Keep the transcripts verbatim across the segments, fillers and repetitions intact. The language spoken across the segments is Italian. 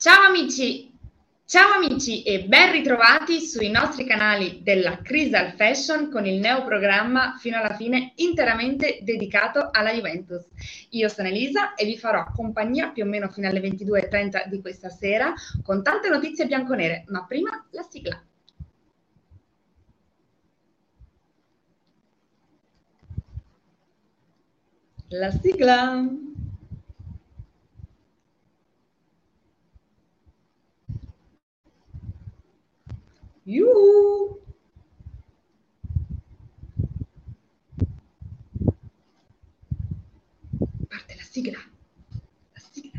Ciao amici, ciao amici e ben ritrovati sui nostri canali della Crisal Fashion con il neoprogramma fino alla fine interamente dedicato alla Juventus. Io sono Elisa e vi farò compagnia più o meno fino alle ventidue e trenta di questa sera con tante notizie bianconere, ma prima la sigla. La sigla. Yuhu. Parte la sigla. La sigla.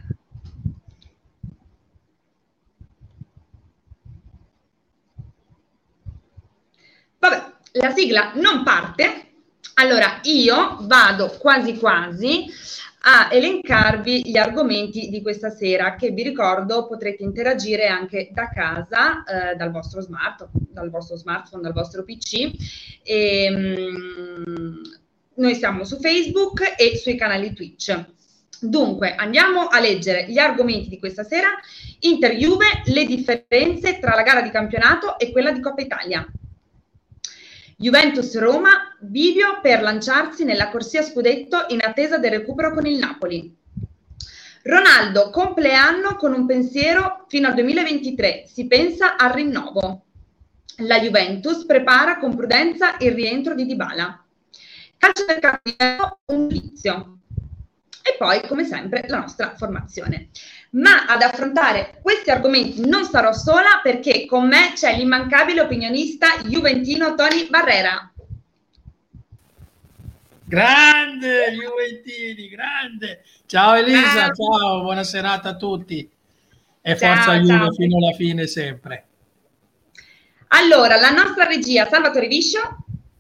Vabbè, la sigla non parte. Allora io vado quasi quasi a elencarvi gli argomenti di questa sera, che vi ricordo potrete interagire anche da casa, eh, dal vostro smart, dal vostro smartphone, dal vostro P C. E, um, noi siamo su Facebook e sui canali Twitch. Dunque, andiamo a leggere gli argomenti di questa sera. Inter Juve, le differenze tra la gara di campionato e quella di Coppa Italia. Juventus Roma, bivio per lanciarsi nella corsia scudetto in attesa del recupero con il Napoli. Ronaldo, compleanno con un pensiero fino al duemilaventitré, si pensa al rinnovo. La Juventus prepara con prudenza il rientro di Dybala. Calcio del campionato, un giudizio. E poi, come sempre, la nostra formazione. Ma ad affrontare questi argomenti non sarò sola, perché con me c'è l'immancabile opinionista juventino Tony Barrera. Grande Juventini, grande! Ciao Elisa, ciao, ciao, buona serata a tutti e ciao, forza Juve ciao. Fino alla fine sempre. Allora, la nostra regia Salvatore Viscio.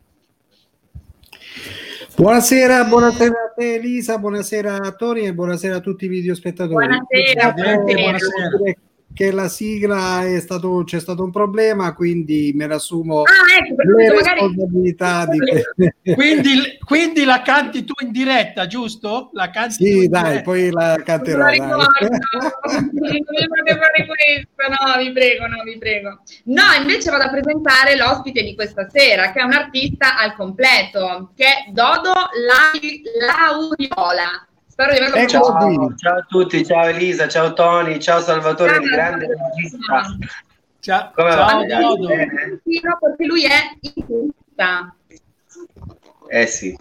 Buonasera, buonasera a te Elisa, buonasera a Tony e buonasera a tutti i videospettatori. Buonasera, buonasera. buonasera. Che la sigla è stato, c'è stato un problema, quindi me ne assumo ah, ecco, le responsabilità magari... di... quindi, quindi la canti tu in diretta, giusto? La canti sì, tu in dai, diretta. Poi la canterò. Non non dovete fare questo, no, vi prego, no, vi prego. No, invece vado a presentare l'ospite di questa sera, che è un artista al completo, che è Dodo Lauriola. Spero di averlo ciao, ciao a tutti, ciao Elisa, ciao Tony, ciao Salvatore, ciao, il grande regista. Ciao, come ciao va? Dodo. Perché lui è interista. Eh sì.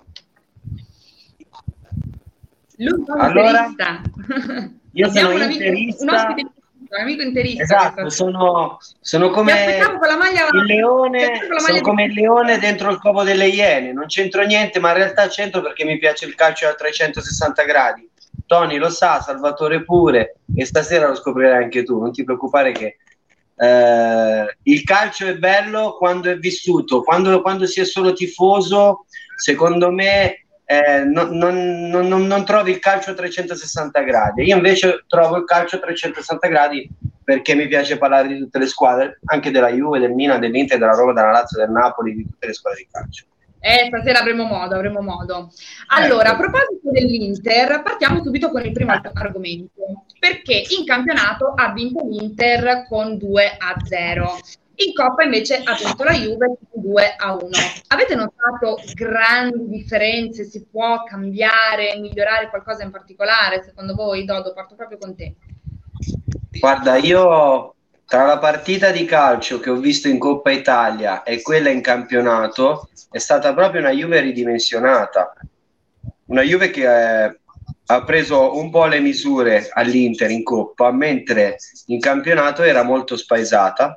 Lui è allora, interista. Io sono un interista. Amico, un ospite, un amico interista. Esatto, sono, sono come con la maglia, il leone, con la sono maglia come di... il leone dentro il covo delle iene. Non c'entro niente, ma in realtà c'entro perché mi piace il calcio a trecentosessanta gradi. Tony lo sa, Salvatore pure, e stasera lo scoprirai anche tu. Non ti preoccupare che eh, il calcio è bello quando è vissuto, quando, quando si è solo tifoso, secondo me eh, non, non, non, non trovi il calcio a trecentosessanta gradi. Io invece trovo il calcio a trecentosessanta gradi perché mi piace parlare di tutte le squadre, anche della Juve, del Milan, dell'Inter, della Roma, della Lazio, del Napoli, di tutte le squadre di calcio. Eh, stasera avremo modo, avremo modo. Allora, a proposito dell'Inter, partiamo subito con il primo argomento, perché in campionato ha vinto l'Inter con due a zero. In Coppa invece ha vinto la Juve con due a uno. Avete notato grandi differenze? Si può cambiare, migliorare qualcosa in particolare? Secondo voi, Dodo, parto proprio con te. Guarda, io tra la partita di calcio che ho visto in Coppa Italia e quella in campionato è stata proprio una Juve ridimensionata. Una Juve che è, ha preso un po' le misure all'Inter in Coppa, mentre in campionato era molto spaesata.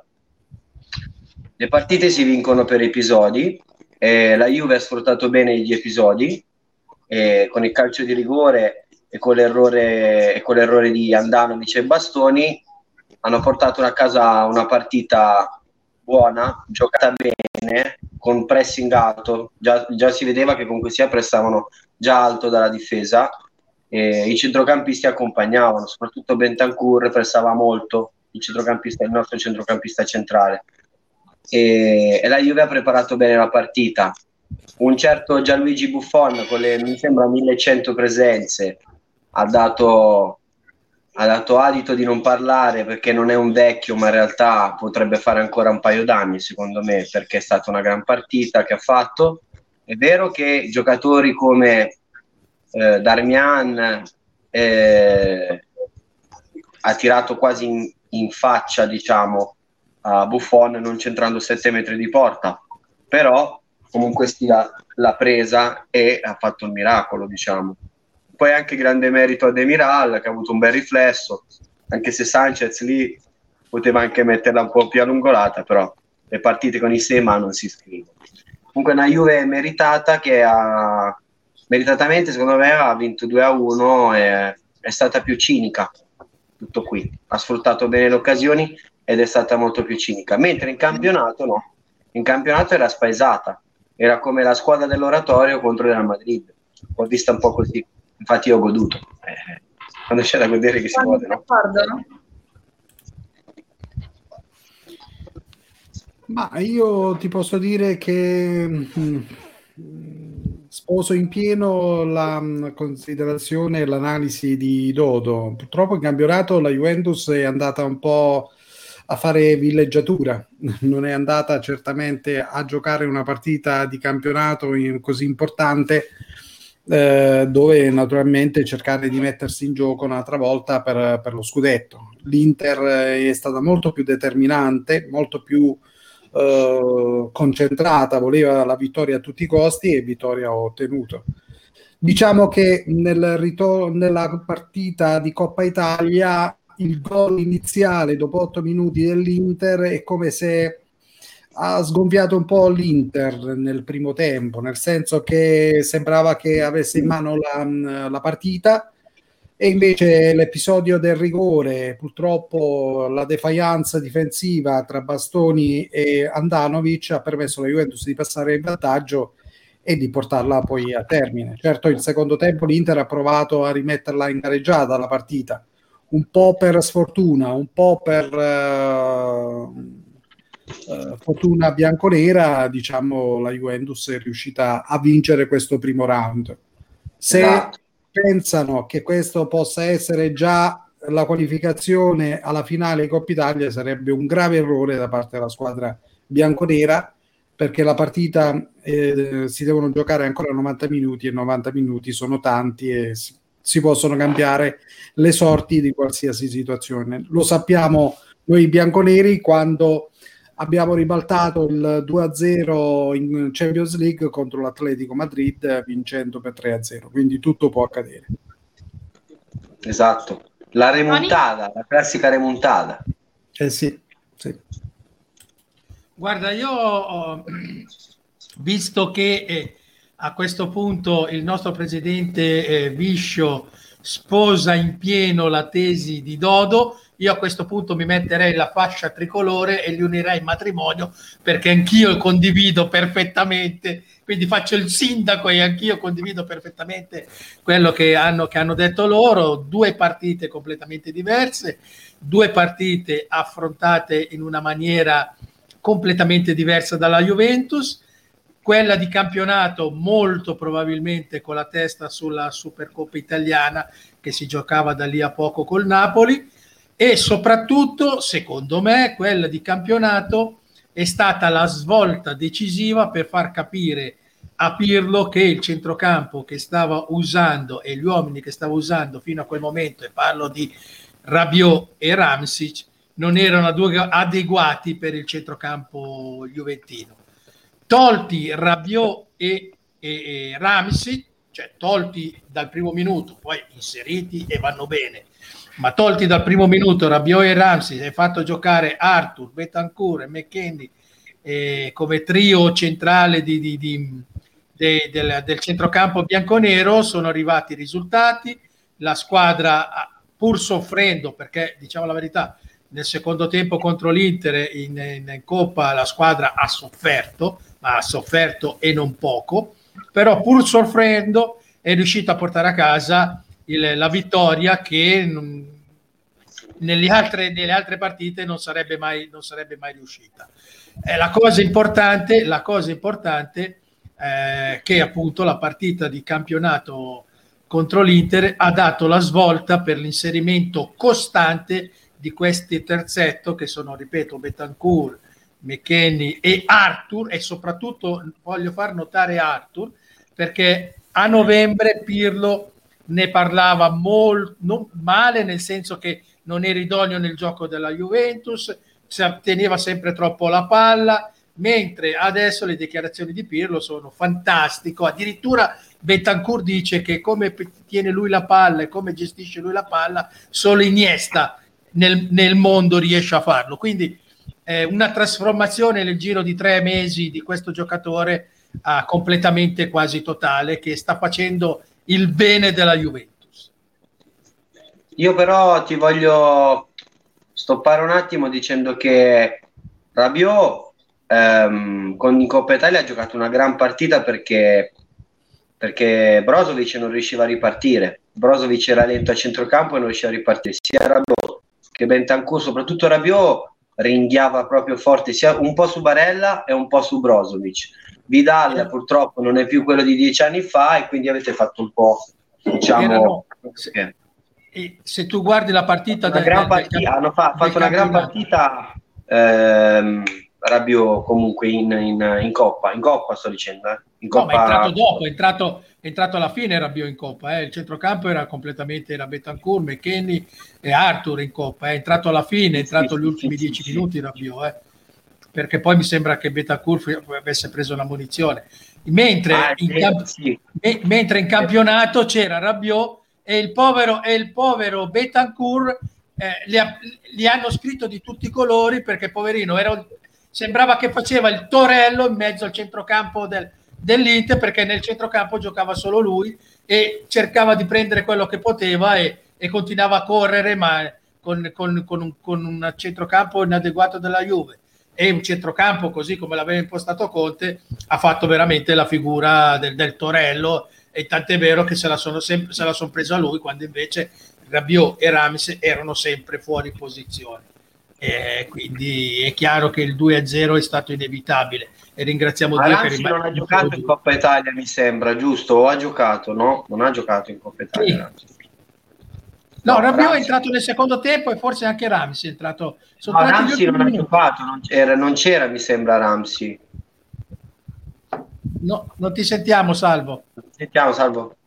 Le partite si vincono per episodi e la Juve ha sfruttato bene gli episodi e con il calcio di rigore e con l'errore, e con l'errore di Andanovic e Bastoni hanno portato a casa una partita buona, giocata bene, con pressing alto. Già, già si vedeva che comunque sia presstavano già alto dalla difesa e i centrocampisti accompagnavano, soprattutto Bentancur pressava molto, il centrocampista, il nostro centrocampista centrale. E, e la Juve ha preparato bene la partita. Un certo Gianluigi Buffon con le, mi sembra, millecento presenze ha dato ha dato adito di non parlare perché non è un vecchio, ma in realtà potrebbe fare ancora un paio d'anni, secondo me, perché è stata una gran partita che ha fatto. È vero che giocatori come eh, Darmian eh, ha tirato quasi in, in faccia, diciamo, a Buffon non centrando sette metri di porta, però comunque stia l'ha presa e ha fatto il miracolo, diciamo. Poi anche grande merito a Demiral, che ha avuto un bel riflesso, anche se Sanchez lì poteva anche metterla un po' più allungolata, però le partite con i Sema non si scrivono. Comunque una Juve meritata che ha meritatamente, secondo me, ha vinto due a uno e è stata più cinica, tutto qui. Ha sfruttato bene le occasioni ed è stata molto più cinica, mentre in campionato no, in campionato era spaesata, era come la squadra dell'Oratorio contro il Real Madrid, l'ho vista un po' così. Infatti io ho goduto, eh, quando c'è da godere che si gode, no? Ma io ti posso dire che mh, sposo in pieno la mh, considerazione e l'analisi di Dodo. Purtroppo in campionato la Juventus è andata un po' a fare villeggiatura, non è andata certamente a giocare una partita di campionato in, così importante, Eh, dove naturalmente cercare di mettersi in gioco un'altra volta per, per lo scudetto. L'Inter è stata molto più determinante, molto più eh, concentrata, voleva la vittoria a tutti i costi e vittoria ho ottenuto. Diciamo che nel ritorno, nella partita di Coppa Italia il gol iniziale dopo otto minuti dell'Inter è come se ha sgonfiato un po' l'Inter nel primo tempo, nel senso che sembrava che avesse in mano la, la partita, e invece l'episodio del rigore, purtroppo la defiance difensiva tra Bastoni e Andanovic ha permesso alla Juventus di passare in vantaggio e di portarla poi a termine. Certo, il secondo tempo l'Inter ha provato a rimetterla in gareggiata la partita, un po' per sfortuna, un po' per uh, Uh, fortuna bianconera, diciamo, la Juventus è riuscita a vincere questo primo round. Se esatto. pensano che questo possa essere già la qualificazione alla finale di Coppa Italia, sarebbe un grave errore da parte della squadra bianconera, perché la partita eh, si devono giocare ancora novanta minuti e novanta minuti sono tanti e si, si possono cambiare le sorti di qualsiasi situazione. Lo sappiamo noi bianconeri quando abbiamo ribaltato il due a zero in Champions League contro l'Atletico Madrid vincendo per tre a zero, quindi tutto può accadere. Esatto, la remontata, la classica remontata. Eh sì, sì. Guarda, io ho visto che eh, a questo punto il nostro presidente eh, Viscio sposa in pieno la tesi di Dodo, io a questo punto mi metterei la fascia tricolore e li unirei in matrimonio, perché anch'io condivido perfettamente, quindi faccio il sindaco e anch'io condivido perfettamente quello che hanno, che hanno detto loro. Due partite completamente diverse, due partite affrontate in una maniera completamente diversa dalla Juventus, quella di campionato molto probabilmente con la testa sulla Supercoppa italiana che si giocava da lì a poco col Napoli, e soprattutto, secondo me, quella di campionato è stata la svolta decisiva per far capire a Pirlo che il centrocampo che stava usando e gli uomini che stava usando fino a quel momento, e parlo di Rabiot e Ramsic, non erano adeguati per il centrocampo juventino. Tolti Rabiot e, e, e Ramsic, cioè tolti dal primo minuto, poi inseriti e vanno bene, ma tolti dal primo minuto Rabiot e Ramsey, hai fatto giocare Arthur, Bentancur e McKennie eh, come trio centrale di, di, di, de, del, del centrocampo bianconero, sono arrivati i risultati. La squadra, pur soffrendo, perché diciamo la verità, nel secondo tempo contro l'Inter in, in, in Coppa la squadra ha sofferto, ma ha sofferto e non poco, però pur soffrendo è riuscita a portare a casa Il, la vittoria che non, nelle, altre, nelle altre partite non sarebbe mai, non sarebbe mai riuscita. Eh, la cosa importante, la cosa importante eh, che appunto la partita di campionato contro l'Inter, ha dato la svolta per l'inserimento costante di questi terzetto che sono, ripeto, Bentancur, McKennie e Arthur, e soprattutto voglio far notare Arthur perché a novembre Pirlo ne parlava molto male, nel senso che non era idoneo nel gioco della Juventus, si teneva sempre troppo la palla, mentre adesso le dichiarazioni di Pirlo sono fantastico. Addirittura Bentancur dice che come tiene lui la palla e come gestisce lui la palla solo Iniesta nel, nel mondo riesce a farlo, quindi eh, una trasformazione nel giro di tre mesi di questo giocatore uh, completamente quasi totale, che sta facendo il bene della Juventus. Io però ti voglio stoppare un attimo dicendo che Rabiot ehm, con in Coppa Italia ha giocato una gran partita perché, perché Brozovic non riusciva a ripartire. Brozovic era lento a centrocampo e non riusciva a ripartire. Sia Rabiot che Bentancur, soprattutto Rabiot, ringhiava proprio forte sia un po' su Barella e un po' su Brozovic. Vidal purtroppo non è più quello di dieci anni fa e quindi avete fatto un po', diciamo, Erano, se, e se tu guardi la partita, una del, gran del, partita del, hanno fa, fatto una gran partita ehm, Rabiot comunque in, in, in Coppa in Coppa sto dicendo eh. in Coppa... No, ma è entrato dopo, è entrato, è entrato alla fine Rabiot in Coppa, eh. Il centrocampo era completamente, era Bentancur, McKennie e Arthur in Coppa, è entrato alla fine, è entrato sì, gli ultimi sì, dieci sì, minuti Rabiot, eh. Perché poi mi sembra che Bentancur avesse preso una munizione, mentre, ah, in, sì, camp- sì. me- mentre in campionato c'era Rabiot e il povero, e il povero Bentancur eh, li, ha, li hanno scritto di tutti i colori, perché poverino era, sembrava che faceva il torello in mezzo al centrocampo del, dell'Inter, perché nel centrocampo giocava solo lui e cercava di prendere quello che poteva e, e continuava a correre, ma con, con, con, un, con un centrocampo inadeguato della Juve e un centrocampo così come l'aveva impostato Conte, ha fatto veramente la figura del, del torello, e tant'è vero che se la sono sempre se la sono presa lui, quando invece Rabiot e Rames erano sempre fuori posizione. E quindi è chiaro che il due a zero è stato inevitabile e ringraziamo Dio che rimane. Non ha giocato in Coppa Italia, mi sembra, giusto? O ha giocato? No, non ha giocato in Coppa Italia. Sì. No, no, Rabiot Ramsey è entrato nel secondo tempo e forse anche Ramsey è entrato. Sono no, Ramsey non ha giocato, non c'era, non c'era, mi sembra Ramsey. No, non ti sentiamo, Salvo. Sentiamo, Salvo.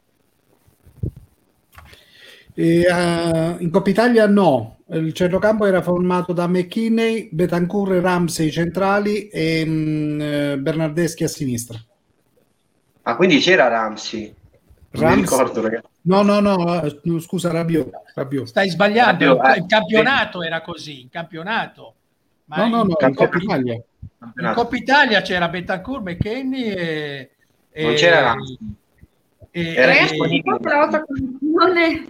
E, uh, in Coppa Italia no, il centrocampo era formato da McKennie, Bentancur e Ramsey centrali e um, Bernardeschi a sinistra. Ah, quindi c'era Ramsey? Non Ramsey. mi ricordo, ragazzi. No, no, no, scusa, Rabiot. Rabiot. Stai sbagliando, Rabiot, in, in campionato eh, era così, in campionato. Ma no, no, no, in, in Coppa Italia. In Coppa Italia c'era Bentancur, McKennie e... Non e, c'era Ramsey. E, era e, la vostra condizione...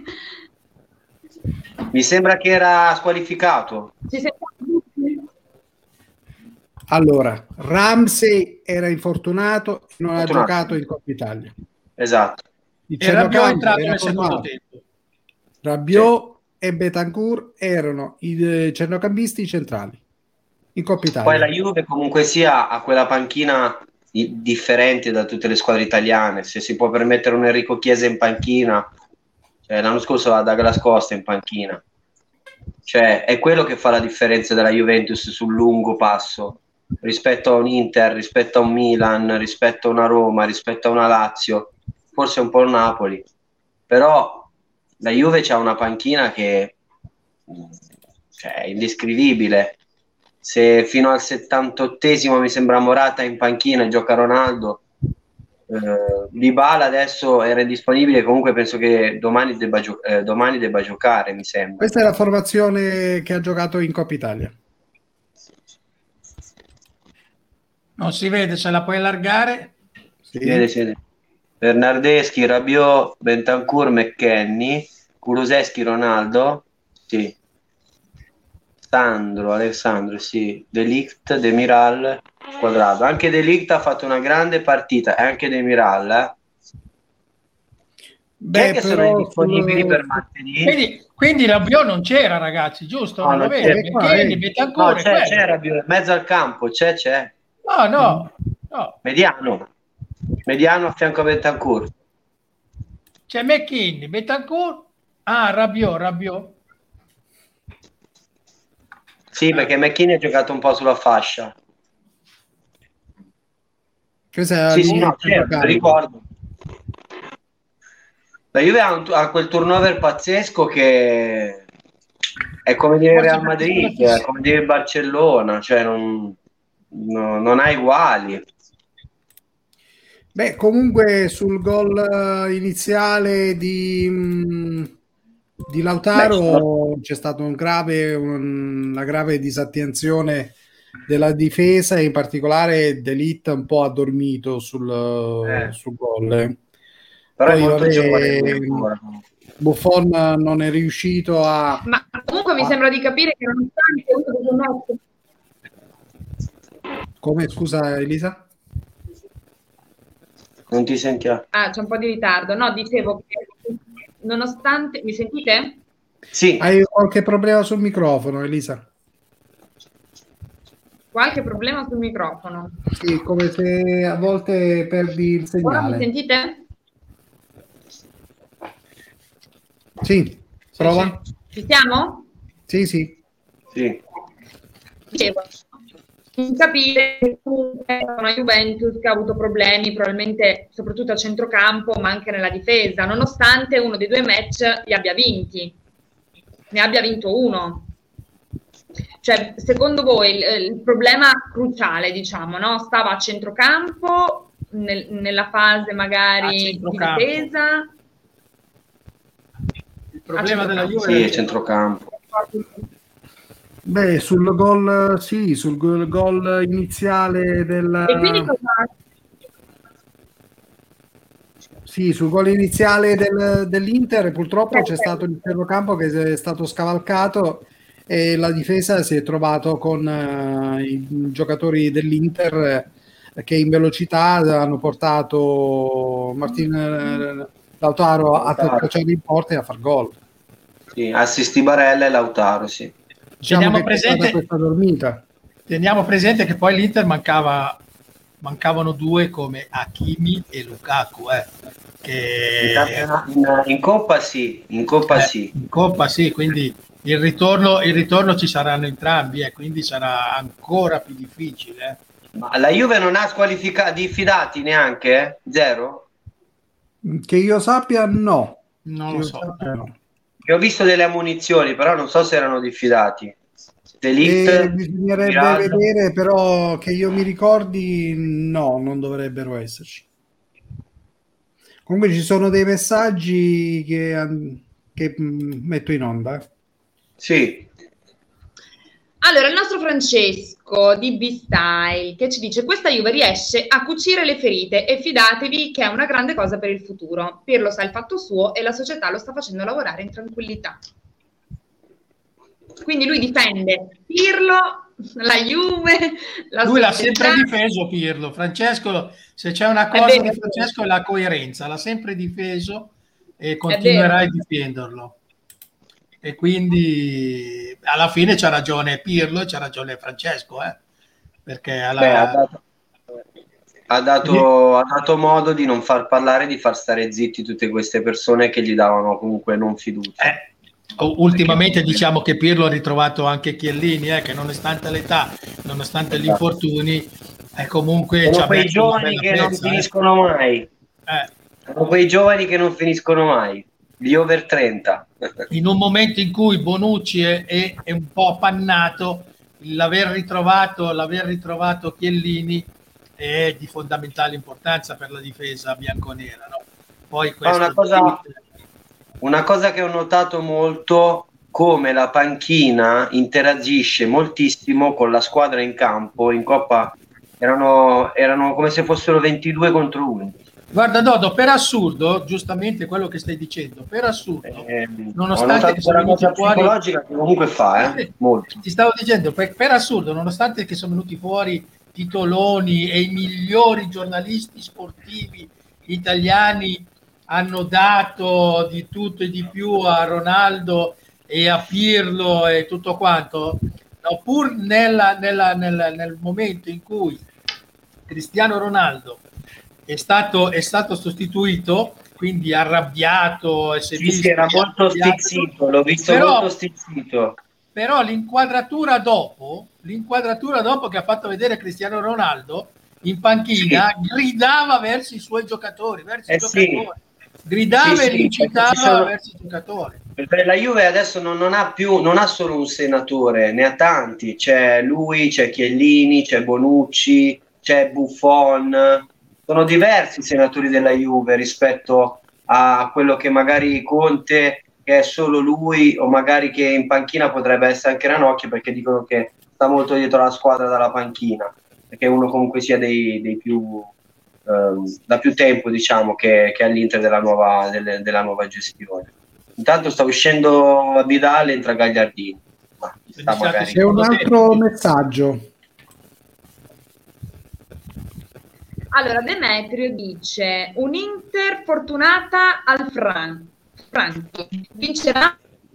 Mi sembra che era squalificato. Allora, Ramsey era infortunato e non Fortunato. ha giocato in Coppa Italia. Esatto. Il e Rabiot è entrato nel secondo tempo. Rabiot sì. e Bentancur erano i centrocampisti centrali in Coppa Italia. Poi la Juve comunque sia ha quella panchina differente da tutte le squadre italiane. Se si può permettere un Enrico Chiesa in panchina, cioè, l'anno scorso la Douglas Costa in panchina, cioè è quello che fa la differenza della Juventus sul lungo passo rispetto a un Inter, rispetto a un Milan, rispetto a una Roma, rispetto a una Lazio, forse un po' il Napoli, però la Juve c'ha una panchina che cioè, è indescrivibile. Se fino al settantottesimo mi sembra Morata in panchina e gioca Ronaldo, eh, Dybala adesso era indisponibile, comunque penso che domani debba, gio- eh, domani debba giocare, mi sembra. Questa è la formazione che ha giocato in Coppa Italia. Non si vede, se la puoi allargare? Sì. Si vede, si vede. Bernardeschi, Rabiot, Bentancur, McKennie, Kulusevski, Ronaldo, sì. Sandro, Alessandro, sì. De Ligt, Demiral, Quadrado. Anche De Ligt ha fatto una grande partita, e anche Demiral, eh. Beh, che però, sono disponibili per martedì? Quindi, quindi Rabiot non c'era, ragazzi, giusto? No, non non lo vede, McKennie, Bentancur, no, c'è, c'è Rabiot, mezzo al campo, c'è, c'è. No, no, no. Mediano. Mediano a fianco a Bentancur. c'è McKinney, Betancourt, ah, Rabiot, Rabiot. Sì, perché McKinney ha giocato un po' sulla fascia. Sì, sì, no, certo, ricordo. La Juve ha, un, ha quel turnover pazzesco che è come dire il Real Madrid, è come dire il Barcellona, cioè non, no, non ha uguali. Beh, comunque sul gol iniziale di, di Lautaro Beh, c'è stata un grave, una grave disattenzione della difesa e in particolare De Ligt un po' addormito sul, eh. sul gol. Però Poi, è molto vabbè, giovane. Buffon non è riuscito a... Ma comunque mi a... sembra di capire che nonostante... Come, scusa Elisa? Non ti sentiamo. Ah, c'è un po' di ritardo. No, dicevo che nonostante... Mi sentite? Sì. Hai qualche problema sul microfono, Elisa? Qualche problema sul microfono? Sì, come se a volte perdi il segnale. Ora mi sentite? Sì, prova. Sì, sì. Ci siamo? Sì, sì. Sì. Dicevo, capire che comunque è una Juventus che ha avuto problemi probabilmente soprattutto a centrocampo ma anche nella difesa, nonostante uno dei due match li abbia vinti, ne abbia vinto uno. Cioè, secondo voi il, il problema cruciale, diciamo, no? Stava a centrocampo, nel, nella fase magari di difesa? Il problema della Juve sì, è centrocampo. Beh, sul gol, sì, sul gol, gol iniziale del... E quindi cosa... Sì, sul gol iniziale del, dell'Inter purtroppo c'è stato il centrocampo che è stato scavalcato e la difesa si è trovato con uh, i giocatori dell'Inter che in velocità hanno portato Martin Lautaro a calciare in porta e a far gol. Sì, assisti Barella e Lautaro, sì. Diciamo teniamo, che presente, questa dormita. teniamo presente che poi l'Inter mancava mancavano due come Hakimi e Lukaku, eh, che... in, in Coppa sì, in Coppa eh, sì. In Coppa sì, quindi il ritorno, il ritorno ci saranno entrambi, eh, quindi sarà ancora più difficile. Eh. Ma la Juve non ha squalificati diffidati neanche? Eh? Zero? Che io sappia no. Non lo so. Sappia, no. Che ho visto delle ammunizioni, però non so se erano diffidati. E bisognerebbe Miranda. vedere, però che io mi ricordi no, non dovrebbero esserci. Comunque ci sono dei messaggi che, che metto in onda. Sì. Allora, il nostro Francesco di B-Style che ci dice: questa Juve riesce a cucire le ferite e fidatevi che è una grande cosa per il futuro. Pirlo sa il fatto suo e la società lo sta facendo lavorare in tranquillità. Quindi lui difende Pirlo, la Juve, la lui società. L'ha sempre difeso Pirlo. Francesco, se c'è una cosa di Francesco è la coerenza, l'ha sempre difeso e continuerà a difenderlo. E quindi alla fine c'ha ragione Pirlo e c'ha ragione Francesco, eh? Perché alla... Beh, ha dato, ha, dato, ha dato modo di non far parlare, di far stare zitti tutte queste persone che gli davano comunque non fiducia. Eh. Ultimamente diciamo che Pirlo ha ritrovato anche Chiellini, eh, che nonostante l'età, nonostante gli infortuni, è comunque sono quei giovani che pezza, non finiscono eh. mai. Eh. Sono quei giovani che non finiscono mai, gli over trenta. In un momento in cui Bonucci è, è, è un po' appannato, l'aver ritrovato, l'aver ritrovato Chiellini è di fondamentale importanza per la difesa bianconera. No? Poi questo una cosa... Una cosa che ho notato molto, come la panchina interagisce moltissimo con la squadra in campo. In Coppa erano, erano come se fossero ventidue contro uno. Guarda Dodo, per assurdo, giustamente quello che stai dicendo, per assurdo, eh, nonostante che sono venuti fuori... psicologica che comunque fa, eh, molto. Ti stavo dicendo, per, per assurdo, nonostante che sono venuti fuori titoloni e i migliori giornalisti sportivi italiani hanno dato di tutto e di più a Ronaldo e a Pirlo e tutto quanto, no, pur nella, nella, nella, nel momento in cui Cristiano Ronaldo è stato, è stato sostituito, quindi arrabbiato e si è Sì, visto sì, era che è molto arrabbiato. stizzito, l'ho visto Però- molto stizzito. Però l'inquadratura dopo, l'inquadratura dopo che ha fatto vedere Cristiano Ronaldo in panchina, Sì. gridava verso i suoi giocatori, verso Eh i giocatori. sì. Gridava Sì, e sì, li incitava perché ci sono- verso i giocatori. Perché la Juve adesso non, non ha più, non ha solo un senatore, ne ha tanti. C'è lui, c'è Chiellini, c'è Bonucci, c'è Buffon. Sono diversi i senatori della Juve rispetto a quello che magari Conte, che è solo lui, o magari che in panchina potrebbe essere anche Ranocchio, perché dicono che sta molto dietro la squadra dalla panchina, perché uno comunque sia dei, dei più ehm, da più tempo, diciamo, che, che all'Inter della nuova, delle, della nuova gestione. Intanto sta uscendo Vidal, entra Gagliardini. Ma ci sta magari. C'è un altro messaggio. Allora, Demetrio dice: un Inter fortunata al Fran- Franchi vincerà.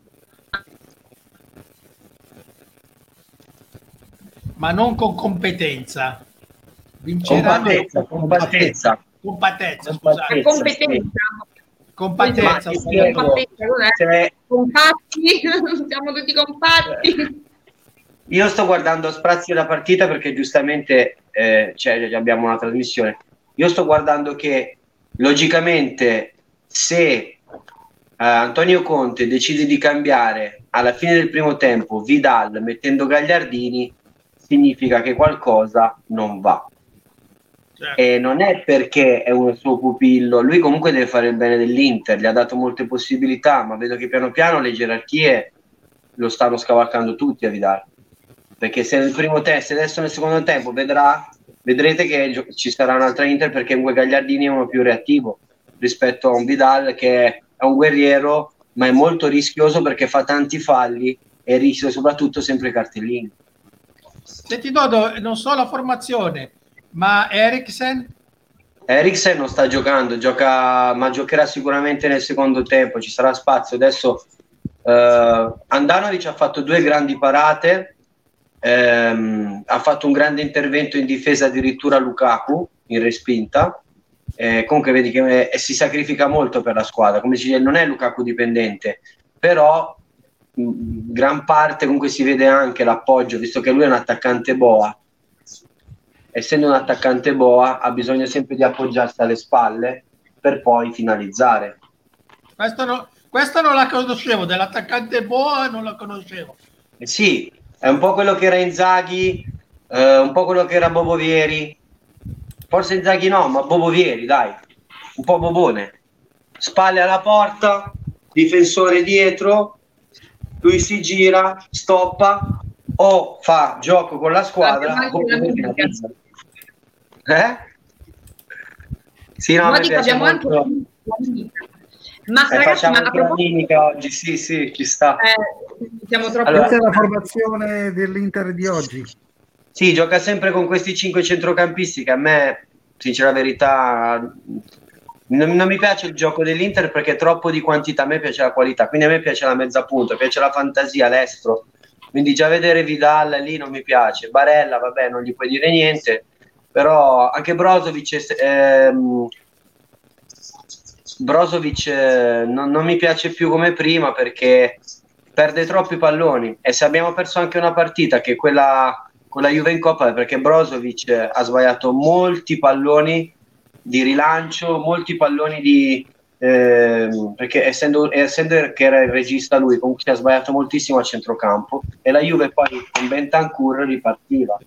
Ma non con competenza. Vincerà Compattezza, compattezza. Compattezza, La scusate. competenza. Compattezza, Ma ti scusate. spiego, Compattezza, non è? se- Compatti, siamo tutti compatti. io sto guardando a sprazzi la partita perché giustamente eh, cioè, abbiamo una trasmissione. Io sto guardando che logicamente se eh, Antonio Conte decide di cambiare alla fine del primo tempo Vidal mettendo Gagliardini, significa che qualcosa non va. Certo. E non è perché è un suo pupillo, lui comunque deve fare il bene dell'Inter, gli ha dato molte possibilità, ma vedo che piano piano le gerarchie lo stanno scavalcando tutti a Vidal, perché se nel primo tempo, se adesso nel secondo tempo vedrà, vedrete che gio- ci sarà un'altra Inter, perché un Gagliardini è uno più reattivo rispetto a un Vidal che è un guerriero, ma è molto rischioso perché fa tanti falli e rischia soprattutto sempre i cartellini. Senti Dodo, non so la formazione, ma Eriksen Eriksen non sta giocando, gioca, ma giocherà sicuramente nel secondo tempo, ci sarà spazio. Adesso eh, Andanovic ha fatto due grandi parate, ehm, ha fatto un grande intervento in difesa addirittura Lukaku in respinta. Eh, comunque vedi che eh, si sacrifica molto per la squadra, come si dice, non è Lukaku dipendente, però mh, gran parte comunque si vede anche l'appoggio, visto che lui è un attaccante boa. Essendo un attaccante boa ha bisogno sempre di appoggiarsi alle spalle per poi finalizzare. Questo, no, questa non la conoscevo, dell'attaccante Boa non la conoscevo. Eh sì, è un po' quello che era Inzaghi, eh, un po' quello che era Bobovieri, forse Inzaghi no, ma Bobovieri, dai, un po' bobone. Spalle alla porta, difensore dietro, lui si gira, stoppa o fa gioco con la squadra oppure finalizza. Eh? Sì, no, Ma mi dico, piace abbiamo molto. anche la mimica. Ma Eh, ragazzi, facciamo ma a anche la proposito, mimica oggi, sì, sì, ci sta. eh, siamo troppo Allora- Questa è la formazione dell'Inter di oggi. Sì, gioca sempre con questi cinque centrocampisti che a me, sincera verità, non, non mi piace il gioco dell'Inter perché è troppo di quantità, a me piace la qualità, quindi a me piace la mezza punta, piace la fantasia, l'estro, quindi già vedere Vidal lì non mi piace. Barella, vabbè, non gli puoi dire niente, però anche Brozovic, ehm, Brozovic eh, non, non mi piace più come prima perché perde troppi palloni, e se abbiamo perso anche una partita che è quella con la Juve in Coppa è perché Brozovic eh, ha sbagliato molti palloni di rilancio, molti palloni di ehm, perché essendo, essendo che era il regista lui, comunque ha sbagliato moltissimo a centrocampo, e la Juve poi con Bentancur ripartiva.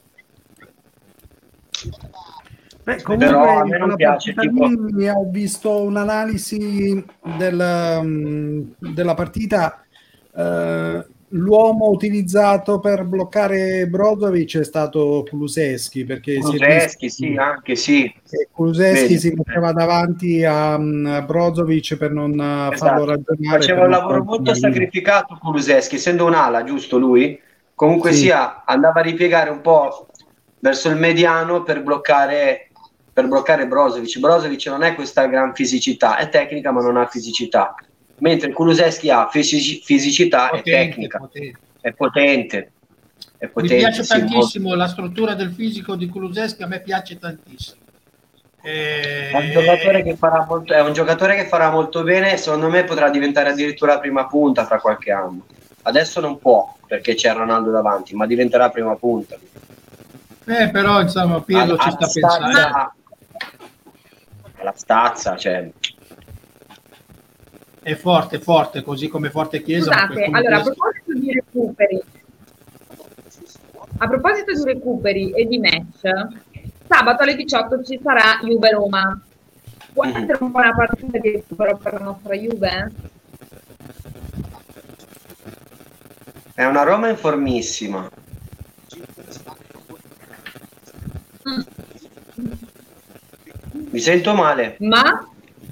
Beh, comunque, Però a me non la piace, partita tipo- lì ho visto un'analisi del, um, della partita. eh, l'uomo utilizzato per bloccare Brozovic è stato Kulusevski, perché si è Kulusevski, visto sì, anche sì. che Kulusevski Vedi. si metteva davanti a, a Brozovic per non uh, farlo Esatto. ragionare. Faceva per un non lavoro farlo molto finire. sacrificato Kulusevski, essendo un'ala, giusto lui? Comunque Sì. sia, andava a ripiegare un po' verso il mediano per bloccare, per bloccare Brozovic. Brozovic non è questa gran fisicità, è tecnica ma non ha fisicità, mentre Kulusevski ha fisici- fisicità Potente, e tecnica, potente. è potente. È Mi potente, piace sì, tantissimo la struttura del fisico di Kulusevski, a me piace tantissimo. Eh, È un giocatore che farà molto, è un giocatore che farà molto bene, secondo me potrà diventare addirittura prima punta fra qualche anno. Adesso non può perché c'è Ronaldo davanti, ma diventerà prima punta. eh, però insomma Pirlo Al- ci alla sta pensando. stazza, alla stazza, cioè È forte, forte, così come forte Chiesa. ma Scusate, qualcuno allora a Chiesa- proposito di recuperi, a proposito di recuperi e di match, sabato alle diciotto ci sarà Juve-Roma. Può Mhm. essere un po' una partita di recupero per la nostra Juve? è una Roma in formissima. Mm. Mi sento male. Ma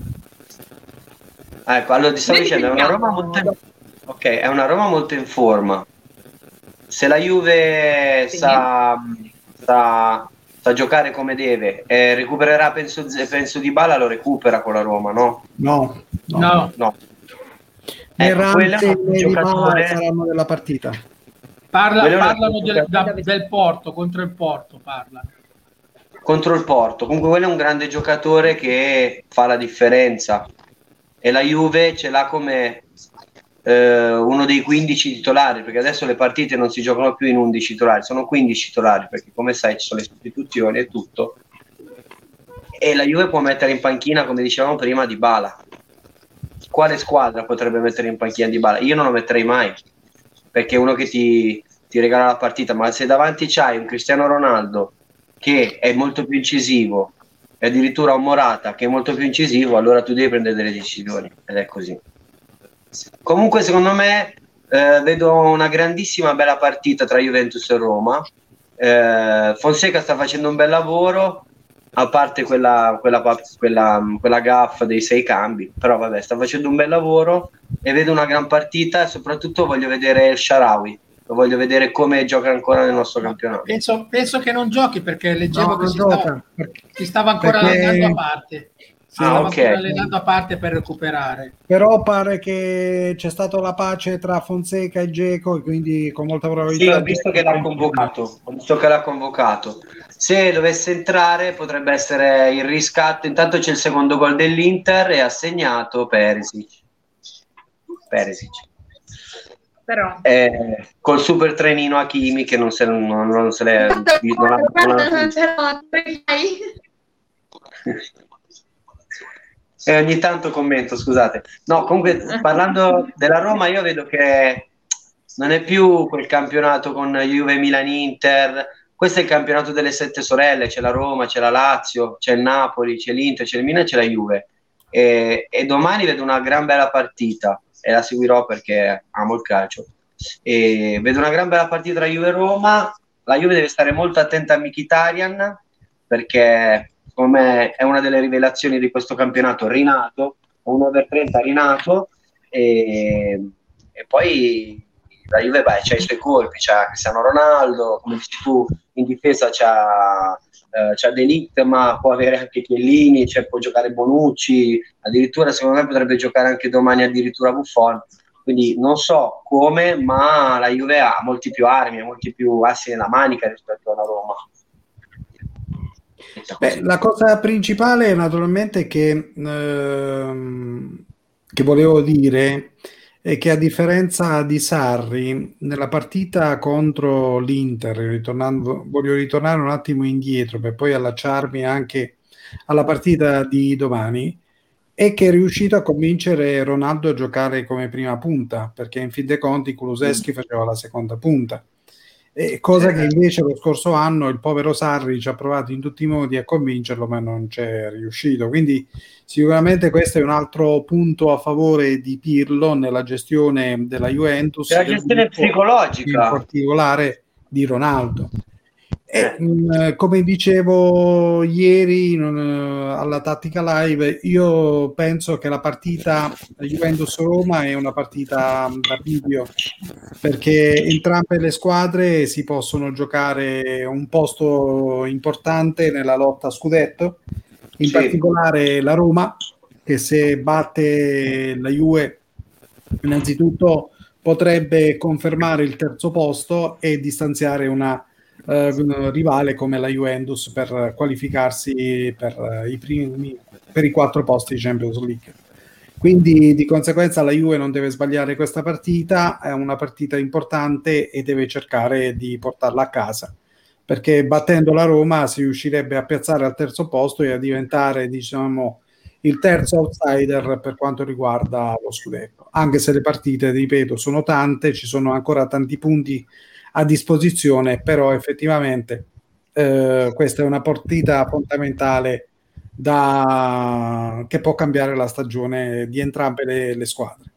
Ecco, allora ti stavo Noi dicendo, è una Roma sentiamo. molto, ok, è una Roma molto in forma. Se la Juve Sì. sa, sa, sa giocare come deve, e recupererà, penso, penso Dybala lo recupera con la Roma, no? No, no. No, No. Né Ecco, quello è Ramsey un né Dybala giocatore. saranno della partita. parla- Quello è un parlano del, giocatore- da- del Porto, contro il Porto parlano. Contro il Porto. Comunque quello è un grande giocatore che fa la differenza e la Juve ce l'ha come eh, uno dei quindici titolari, perché adesso le partite non si giocano più in undici titolari, sono quindici titolari, perché come sai ci sono le sostituzioni e tutto, e la Juve può mettere in panchina, come dicevamo prima, Dybala. Quale squadra potrebbe mettere in panchina Dybala? Io non lo metterei mai, perché è uno che ti, ti regala la partita, ma se davanti c'hai un Cristiano Ronaldo che è molto più incisivo e addirittura un Morata che è molto più incisivo, allora tu devi prendere delle decisioni, ed è così. Comunque secondo me eh, vedo una grandissima bella partita tra Juventus e Roma. eh, Fonseca sta facendo un bel lavoro, a parte quella, quella, quella, quella gaffa dei sei cambi, però vabbè, sta facendo un bel lavoro e vedo una gran partita e soprattutto voglio vedere il Shaarawy, lo voglio vedere come gioca ancora nel nostro campionato. Penso, penso che non giochi perché leggevo No, che non si gioca, stava, perché- si stava ancora perché- allenando a parte. Si Ah, stava ok. ancora allenando a parte per recuperare. Però pare che c'è stata la pace tra Fonseca e Dzeko e quindi con molta probabilità Sì, ho visto che l'ha Dzeko- convocato, ho visto che l'ha convocato. Se dovesse entrare potrebbe essere il riscatto. Intanto c'è il secondo gol dell'Inter e ha segnato Perisic. Perisic. Però Eh, col super trenino Hakimi che non se, non, non se l'è non l'ha- non l'ha- E ogni tanto commento, scusate. No, comunque parlando della Roma, io vedo che non è più quel campionato con Juve, Milan, Inter. Questo è il campionato delle sette sorelle. C'è la Roma, c'è la Lazio, c'è il Napoli, c'è l'Inter, c'è il Milan, c'è la Juve. E, e domani vedo una gran bella partita e la seguirò perché amo il calcio. E vedo una gran bella partita tra Juve e Roma. La Juve deve stare molto attenta a Mkhitaryan perché secondo me è una delle rivelazioni di questo campionato, rinato, un over trenta rinato, e, e poi la Juve beh, c'ha i suoi colpi, c'ha Cristiano Ronaldo, come dici tu, in difesa c'ha, eh, c'ha De Ligt, ma può avere anche Chiellini, cioè può giocare Bonucci, addirittura secondo me potrebbe giocare anche domani addirittura Buffon, quindi non so come, ma la Juve ha molti più armi, ha molti più assi nella manica rispetto alla Roma. Beh, la cosa principale naturalmente che, ehm, che volevo dire è che a differenza di Sarri, nella partita contro l'Inter, ritornando, voglio ritornare un attimo indietro per poi allacciarmi anche alla partita di domani, è che è riuscito a convincere Ronaldo a giocare come prima punta, perché in fin dei conti Kulusevski faceva la seconda punta. Eh, cosa che invece lo scorso anno il povero Sarri ci ha provato in tutti i modi a convincerlo, ma non c'è riuscito. Quindi sicuramente questo è un altro punto a favore di Pirlo nella gestione della Juventus, È la gestione psicologica, in particolare di Ronaldo. E Eh. mh, come dicevo ieri non, alla Tattica Live, io penso che la partita Juventus-Roma è una partita da video, perché entrambe le squadre si possono giocare un posto importante nella lotta a scudetto, in Sì. particolare la Roma, che se batte la Juve innanzitutto potrebbe confermare il terzo posto e distanziare una eh, rivale come la Juventus per qualificarsi per, eh, i primi, per i quattro posti di Champions League. Quindi di conseguenza la Juve non deve sbagliare questa partita, è una partita importante e deve cercare di portarla a casa, perché battendo la Roma si riuscirebbe a piazzare al terzo posto e a diventare, diciamo, il terzo outsider per quanto riguarda lo scudetto, anche se le partite, ripeto, sono tante, ci sono ancora tanti punti a disposizione, però effettivamente eh, questa è una partita fondamentale da... che può cambiare la stagione di entrambe le, le squadre.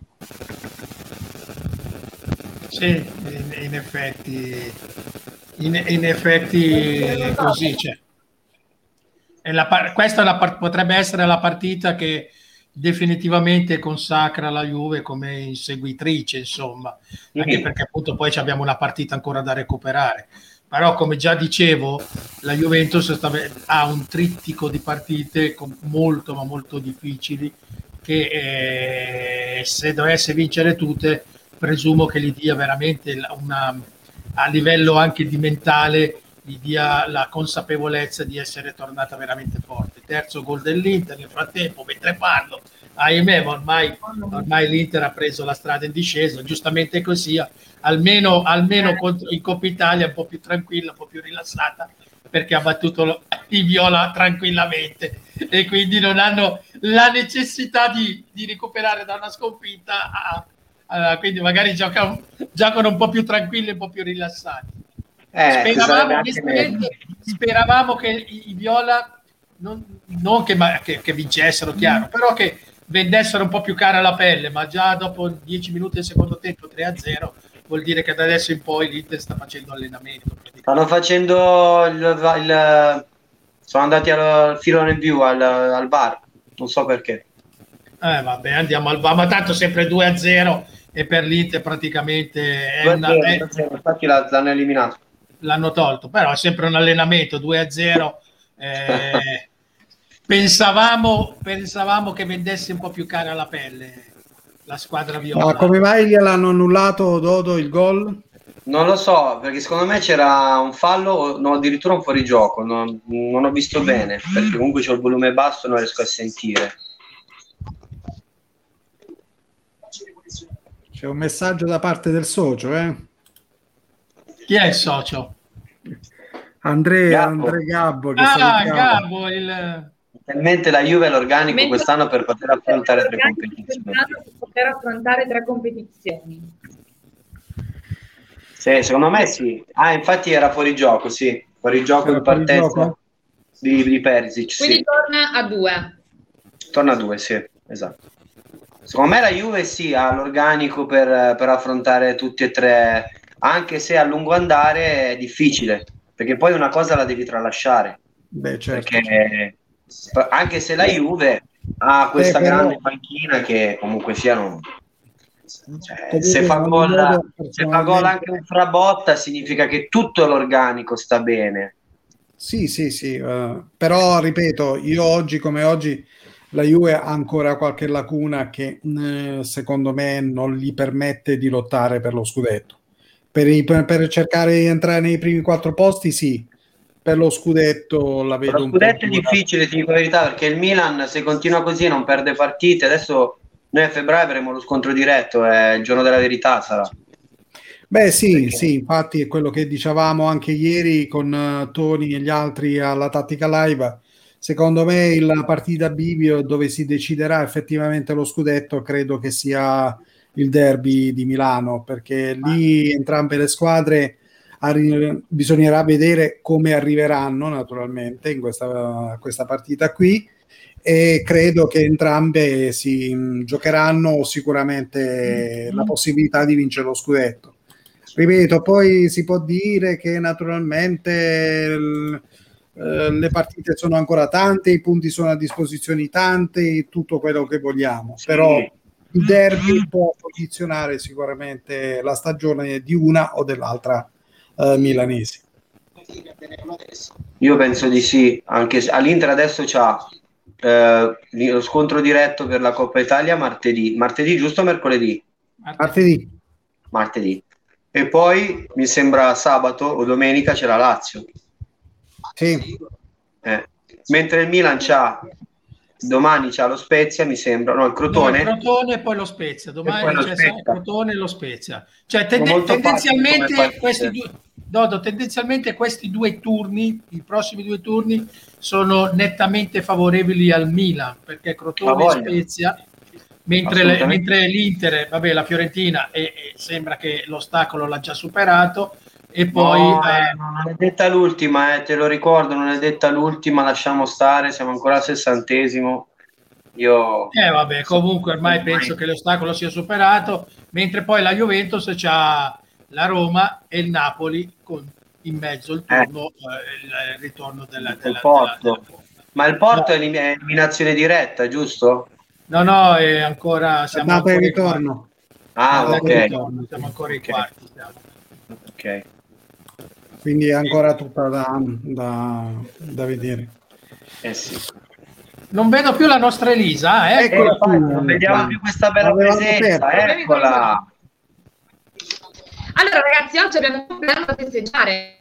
Sì, in, in effetti in, in effetti così c'è. È la, questa è la, potrebbe essere la partita che definitivamente consacra la Juve come inseguitrice, insomma, anche perché appunto poi abbiamo una partita ancora da recuperare. Però come già dicevo, la Juventus sta, ha un trittico di partite molto ma molto difficili che eh, se dovesse vincere tutte presumo che gli dia veramente una, a livello anche di mentale, gli dia la consapevolezza di essere tornata veramente forte. Terzo gol dell'Inter, nel frattempo mentre parlo, ahimè, ma ormai, ormai l'Inter ha preso la strada in discesa, giustamente così, almeno, almeno contro, in Coppa Italia un po' più tranquilla, un po' più rilassata, perché ha battuto i viola tranquillamente e quindi non hanno la necessità di, di recuperare da una sconfitta a, a, quindi magari giocano, giocano un po' più tranquilli, un po' più rilassati. Eh, speravamo, speravamo che i, i viola non, non che, che, che vincessero, chiaro, però che vendessero un po' più cara la pelle, ma già dopo dieci minuti del secondo tempo tre a zero vuol dire che da adesso in poi l'Inter sta facendo allenamento. Stanno facendo il, il sono andati al filone view al, al bar, non so perché. Eh vabbè, andiamo al bar, ma tanto sempre due a zero e per l'Inter praticamente è una, è, infatti l'hanno eliminato. L'hanno tolto, però è sempre un allenamento, due a zero. Eh, pensavamo, pensavamo che vendesse un po' più cara la pelle la squadra viola. Ma come mai gliel'hanno annullato, Dodo, il gol? Non lo so, perché secondo me c'era un fallo, no, addirittura un fuorigioco, non, non ho visto bene, perché comunque c'ho il volume basso e non riesco a sentire. C'è un messaggio da parte del socio, eh? Chi è il socio? Andrea Gabbo. Andrea Gabbo. Che ah, Gabbo, il... Talmente la Juve è l'organico Mentre quest'anno per poter affrontare tre competizioni. Per poter affrontare tre competizioni. Sì, secondo me sì. Ah, infatti era fuori gioco, sì. Fuori gioco in partenza di, di Perisic. Quindi sì. torna a due. Torna a due, sì, esatto. Secondo me la Juve sì, ha l'organico per, per affrontare tutti e tre, anche se a lungo andare è difficile, perché poi una cosa la devi tralasciare. Beh, certo. Perché anche se la Juve ha questa eh, grande però... panchina che comunque sia non... Cioè, se fa gol se fa gol anche un Frabotta significa che tutto l'organico sta bene. Sì, sì, sì, uh, però ripeto, io oggi come oggi la Juve ha ancora qualche lacuna che eh, secondo me non gli permette di lottare per lo scudetto. Per, i, per, per cercare di entrare nei primi quattro posti sì, per lo scudetto la vedo un po'. Lo scudetto è difficile, ti dico la verità, perché il Milan se continua così non perde partite. Adesso noi a febbraio avremo lo scontro diretto, è il giorno della verità sarà. Beh sì, perché... sì, infatti è quello che dicevamo anche ieri con uh, Tony e gli altri alla Tattica Live. Secondo me la partita bivio dove si deciderà effettivamente lo scudetto credo che sia il derby di Milano, perché lì entrambe le squadre arri- bisognerà vedere come arriveranno naturalmente in questa, questa partita qui, e credo che entrambe si mh, giocheranno sicuramente mm-hmm. la possibilità di vincere lo scudetto. Ripeto, poi si può dire che naturalmente l- eh, le partite sono ancora tante, i punti sono a disposizione tante, tutto quello che vogliamo, sì. Però il derby può condizionare sicuramente la stagione di una o dell'altra eh, milanese. Io penso di sì, anche se all'Inter adesso c'ha eh, lo scontro diretto per la Coppa Italia martedì, martedì giusto o mercoledì? Martedì. Martedì. e poi mi sembra sabato o domenica c'è la Lazio. Sì. Eh. Mentre il Milan c'ha domani c'ha lo Spezia, mi sembra, no, il Crotone. No, il Crotone e poi lo Spezia. Domani lo c'è Spezia. il Crotone e lo Spezia. Cioè, tende- Molto tendenzialmente questi due, Dodo, tendenzialmente questi due turni, i prossimi due turni, sono nettamente favorevoli al Milan, perché Crotone e Spezia, mentre, le, mentre l'Inter, vabbè, la Fiorentina, e, e sembra che l'ostacolo l'ha già superato. E poi no, eh, eh, non è detta l'ultima, eh, te lo ricordo, non è detta l'ultima, lasciamo stare, siamo ancora al sessantesimo. Io eh vabbè, comunque ormai penso che l'ostacolo sia superato, mentre poi la Juventus c'ha la Roma e il Napoli con in mezzo il turno, eh. Eh, il ritorno della, della, il Porto. della, della... Ma il Porto no. è eliminazione diretta, giusto? No, no, è ancora siamo ancora in ritorno. Ah, no, ok. Ritorno, siamo ancora ai okay. quarti. Siamo. Ok. Quindi è ancora tutta da, da, da vedere. Eh sì. Non vedo più la nostra Elisa, eh? Eccola eh, non vediamo più questa bella presenza, eccola. Allora ragazzi, oggi abbiamo un compleanno da festeggiare.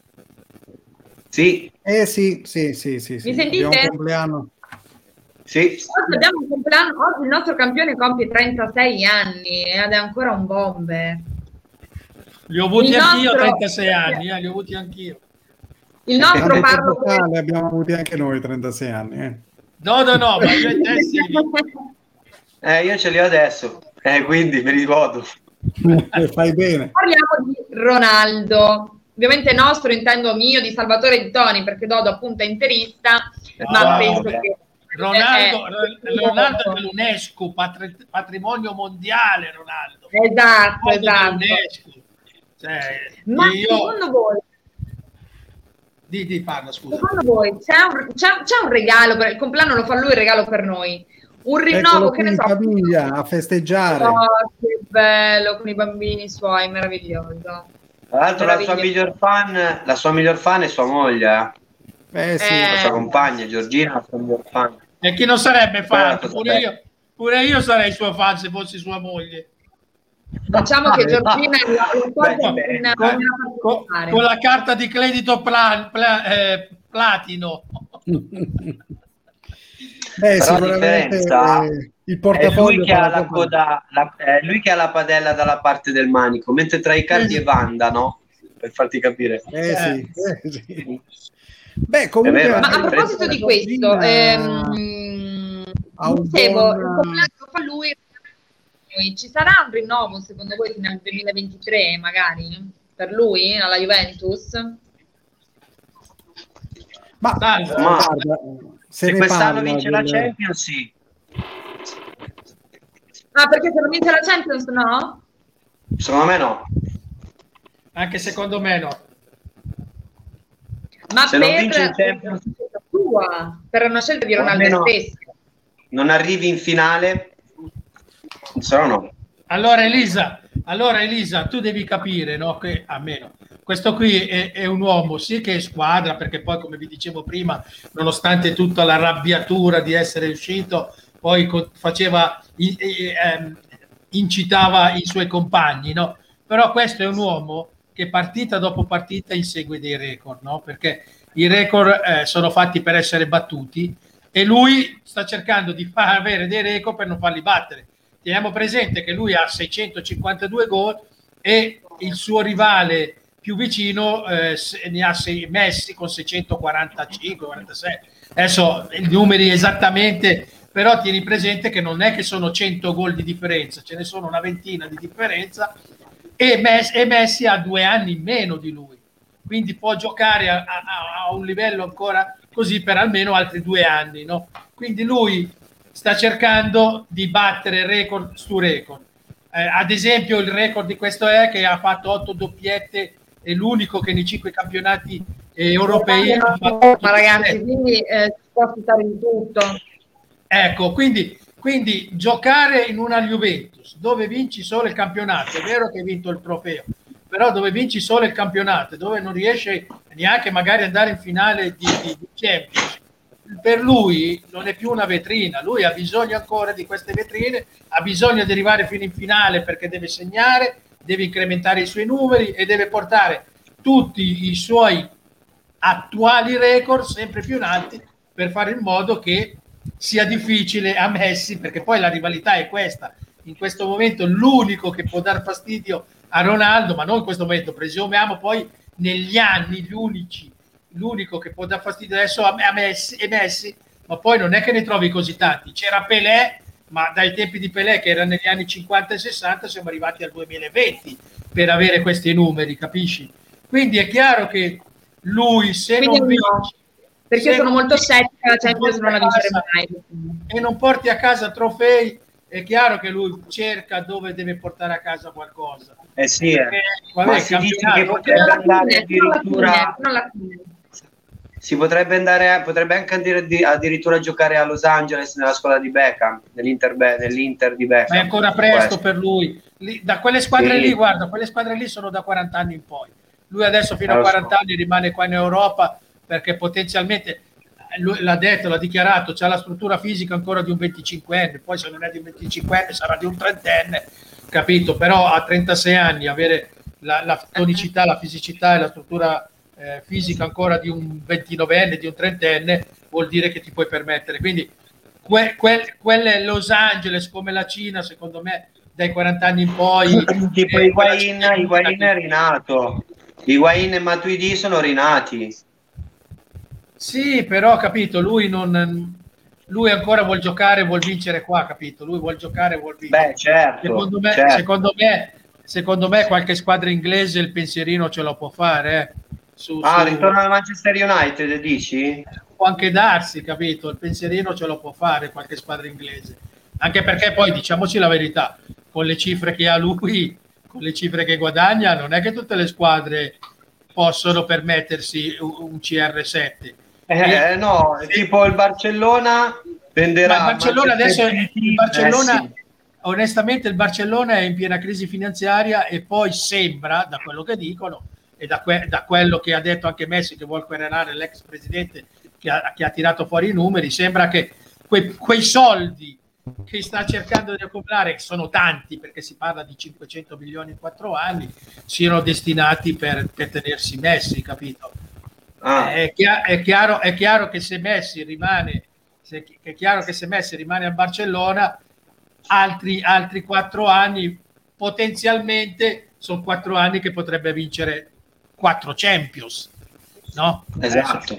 Sì. Eh sì, sì, sì, sì. Mi sentite? Abbiamo un compleanno. Sì. Oggi abbiamo un compleanno, oggi il nostro campione compie trentasei anni ed è ancora un bomber. Li ho avuti il anch'io nostro... trentasei anni, eh, li ho avuti anch'io. Il nostro parlo totale, abbiamo avuti anche noi trentasei anni. Eh. No, no, no, ma io e te sì. Eh, io ce li ho adesso, eh, quindi me li godo. Fai bene. Parliamo di Ronaldo. Ovviamente nostro, intendo mio, di Salvatore Di Toni, perché Dodo appunto è interista, ah, ma penso beh. che... Ronaldo, è... Ronaldo è dell'UNESCO, patri- patrimonio mondiale Ronaldo. Esatto, Ronaldo esatto. Cioè, ma io... secondo voi... Di, di parla, scusa. Secondo voi c'è un, c'è, c'è un regalo per il compleanno, lo fa lui il regalo per noi? Un rinnovo, che ne so, famiglia a festeggiare. Oh, che bello, con i bambini suoi, meraviglioso. Tra l'altro la sua miglior fan, la sua miglior fan è sua moglie, eh, eh sì, eh. la sua compagna Giorgina, la sua miglior fan. E chi non sarebbe fan? Beh, Pure io, pure io sarei sua fan se fossi sua moglie. Diciamo che Giorgina è la, la Beh, beh, in, con, con, con la carta di credito pla, pla, eh, platino. Beh, però sicuramente eh, il portafoglio è lui che ha la coda, coda, la, è lui che ha la padella dalla parte del manico, mentre tra i Icardi e Wanda, no? Per farti capire. Eh, sì, eh, sì. Beh, comunque, vero, ma a proposito di questo, ehm, dicevo, il compleanno fa lui, ci sarà un rinnovo secondo voi fino al duemilaventitré magari per lui alla Juventus? Ma, Dai, ma guarda, se, se quest'anno parla, vince del... la Champions, sì. Ah, perché se non vince la Champions, no? Secondo me no. Anche secondo me no. Ma se per non vince il Champions, tua, per una scelta di Ronaldo stesso. Non arrivi in finale, se no no. Allora Elisa, allora Elisa, tu devi capire, no, che almeno questo qui è, è un uomo sì che è squadra, perché poi come vi dicevo prima, nonostante tutta la arrabbiatura di essere uscito, poi co- faceva eh, incitava i suoi compagni, no? Però questo è un uomo che partita dopo partita insegue dei record, no? Perché i record eh, sono fatti per essere battuti e lui sta cercando di far avere dei record per non farli battere. Teniamo presente che lui ha seicentocinquantadue gol e il suo rivale più vicino eh, ne ha sei, Messi con seicentoquarantacinque quarantasei. Adesso i numeri esattamente, però tieni presente che non è che sono cento gol di differenza, ce ne sono una ventina di differenza e Messi, e Messi ha due anni in meno di lui, quindi può giocare a, a, a un livello ancora così per almeno altri due anni, no? Quindi lui sta cercando di battere record su record. Eh, ad esempio il record di questo è che ha fatto otto doppiette, è l'unico che nei cinque campionati eh, europei ha fatto ma ragazzi, quindi eh, si può aspettare di tutto. Ecco, quindi, quindi giocare in una Juventus dove vinci solo il campionato, è vero che hai vinto il trofeo, però dove vinci solo il campionato, dove non riesci neanche magari ad andare in finale di, di, di Champions, per lui non è più una vetrina, lui ha bisogno ancora di queste vetrine, ha bisogno di arrivare fino in finale perché deve segnare, deve incrementare i suoi numeri e deve portare tutti i suoi attuali record sempre più in alti per fare in modo che sia difficile a Messi, perché poi la rivalità è questa. In questo momento l'unico che può dar fastidio a Ronaldo, ma non in questo momento, presumiamo poi negli anni gli unici, l'unico che può dar fastidio adesso a Messi, è Messi, ma poi non è che ne trovi così tanti. C'era Pelé, ma dai tempi di Pelé, che era negli anni cinquanta e sessanta, siamo arrivati al duemilaventi per avere questi numeri, capisci? Quindi è chiaro che lui, se Quindi non vince, no, perché sono molto scettica, la Champions non la vincerà mai, e non porti a casa trofei, è chiaro che lui cerca dove deve portare a casa qualcosa. Eh sì, eh. Perché, vabbè, ma si dice che potrebbe andare addirittura... Si potrebbe andare, potrebbe anche addirittura giocare a Los Angeles nella scuola di Beckham, nell'Inter, nell'Inter di Beckham. Ma è ancora presto per lui. Lì, da quelle squadre sì. lì, guarda, quelle squadre lì sono da quaranta anni in poi. Lui adesso fino a quaranta so. anni rimane qua in Europa perché potenzialmente, lui l'ha detto, l'ha dichiarato, c'ha la struttura fisica ancora di un venticinquenne, poi se non è di un venticinquenne sarà di un trentenne, capito? Però a trentasei anni avere la, la tonicità, la fisicità e la struttura Eh, fisica ancora di un ventinovenne, di un trentenne, vuol dire che ti puoi permettere. Quindi que, que, quelle Los Angeles come la Cina, secondo me, dai quaranta anni in poi, tipo eh, Higuain, Higuain è rinato, Higuain e Matuidi sono rinati. Sì, però capito, lui non lui ancora vuol giocare, vuol vincere qua, capito? Lui vuol giocare, vuol vincere. Beh, certo, secondo me, certo. secondo me, secondo me qualche squadra inglese il pensierino ce lo può fare, eh. Su, ah, su... ritorna al Manchester United, dici? Può anche darsi, capito? Il pensierino ce lo può fare qualche squadra inglese. Anche perché poi, diciamoci la verità, con le cifre che ha lui, con le cifre che guadagna, non è che tutte le squadre possono permettersi un C R sette. Eh, no, sì. Tipo il Barcellona venderà... Ma il Barcellona adesso, il Barcellona... Eh, sì. Onestamente il Barcellona è in piena crisi finanziaria e poi sembra, da quello che dicono, e da, que- da quello che ha detto anche Messi, che vuole querelare l'ex presidente che ha, che ha tirato fuori i numeri, sembra che que- quei soldi che sta cercando di accumulare, che sono tanti perché si parla di cinquecento milioni in quattro anni, siano destinati per, per tenersi Messi, capito? Ah. È, chiaro, è, chiaro, è chiaro che se Messi rimane se, è chiaro che se Messi rimane a Barcellona altri, altri quattro anni potenzialmente sono quattro anni che potrebbe vincere quattro Champions, no? Esatto.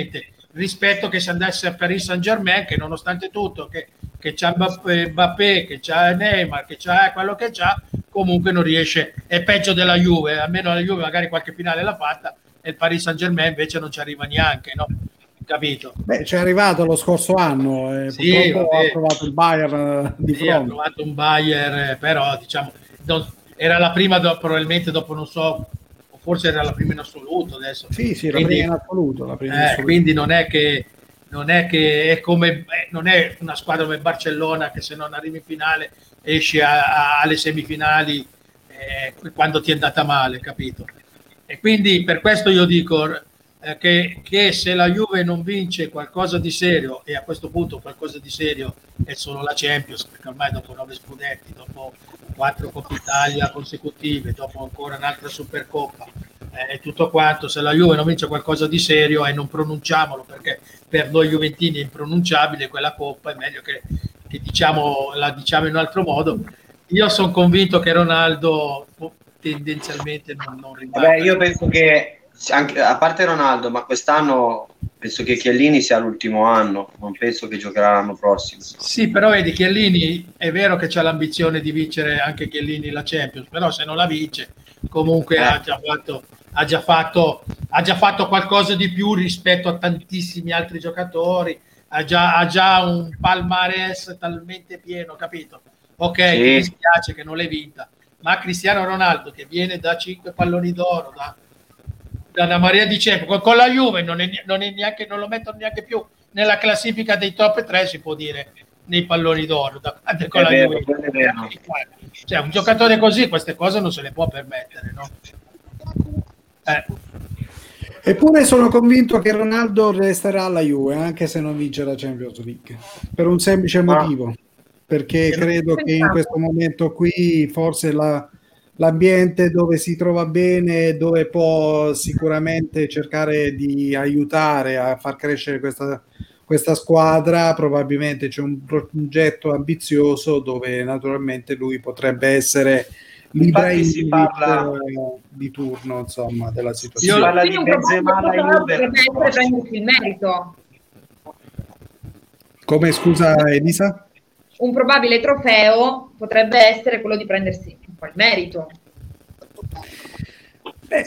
Rispetto che se andasse a Paris Saint-Germain, che nonostante tutto che, che c'ha Mbappé, che c'ha Neymar, che c'ha quello che c'ha, comunque non riesce, è peggio della Juve, almeno la Juve magari qualche finale l'ha fatta e il Paris Saint-Germain invece non ci arriva neanche, no? Capito? Beh, c'è arrivato lo scorso anno e sì, purtroppo vabbè. ha trovato il Bayern di sì, fronte. ha trovato un Bayern, però diciamo non, era la prima do, probabilmente dopo non so forse era la prima in assoluto adesso. Sì, sì, quindi, la prima in assoluto. La prima in eh, assoluto. Quindi non è che non è che è come eh, non è una squadra come Barcellona che se non arrivi in finale esci a, a, alle semifinali eh, quando ti è andata male, capito? E quindi per questo io dico eh, che, che se la Juve non vince qualcosa di serio, e a questo punto qualcosa di serio è solo la Champions, perché ormai dopo nove scudetti, dopo quattro Coppa Italia consecutive, dopo ancora un'altra Supercoppa e eh, tutto quanto, se la Juve non vince qualcosa di serio, e eh, non pronunciamolo perché per noi juventini è impronunciabile quella Coppa, è meglio che, che diciamo, la diciamo in un altro modo. Io sono convinto che Ronaldo tendenzialmente non, non rimane. Vabbè, io penso che anche, a parte Ronaldo, ma quest'anno penso che Chiellini sia l'ultimo anno, non penso che giocherà l'anno prossimo. Sì, però vedi, Chiellini è vero che c'ha l'ambizione di vincere anche Chiellini la Champions, però se non la vince comunque eh. ha, già fatto, ha, già fatto, ha già fatto qualcosa di più rispetto a tantissimi altri giocatori, ha già, ha già un palmarès talmente pieno, capito? Ok, sì. Mi dispiace che non l'hai vinta, ma Cristiano Ronaldo che viene da cinque palloni d'oro, da da una marea di Champions, con la Juve non, è, non, è neanche, non lo mettono neanche più nella classifica dei top tre, si può dire, nei palloni d'oro. Da, con la vero, Juve. Cioè, un giocatore così queste cose non se le può permettere, no? Eh. Eppure sono convinto che Ronaldo resterà alla Juve anche se non vince la Champions League, per un semplice motivo, perché credo che in questo momento qui forse la l'ambiente dove si trova bene, dove può sicuramente cercare di aiutare a far crescere questa, questa squadra. Probabilmente c'è un progetto ambizioso dove naturalmente lui potrebbe essere Infatti si parla di turno, insomma, della si situazione. parla Quindi di un Benzema alla probabile Juve. potrebbe essere prendersi il merito. Come, scusa Elisa? Un probabile trofeo potrebbe essere quello di prendersi un po' il merito. Beh,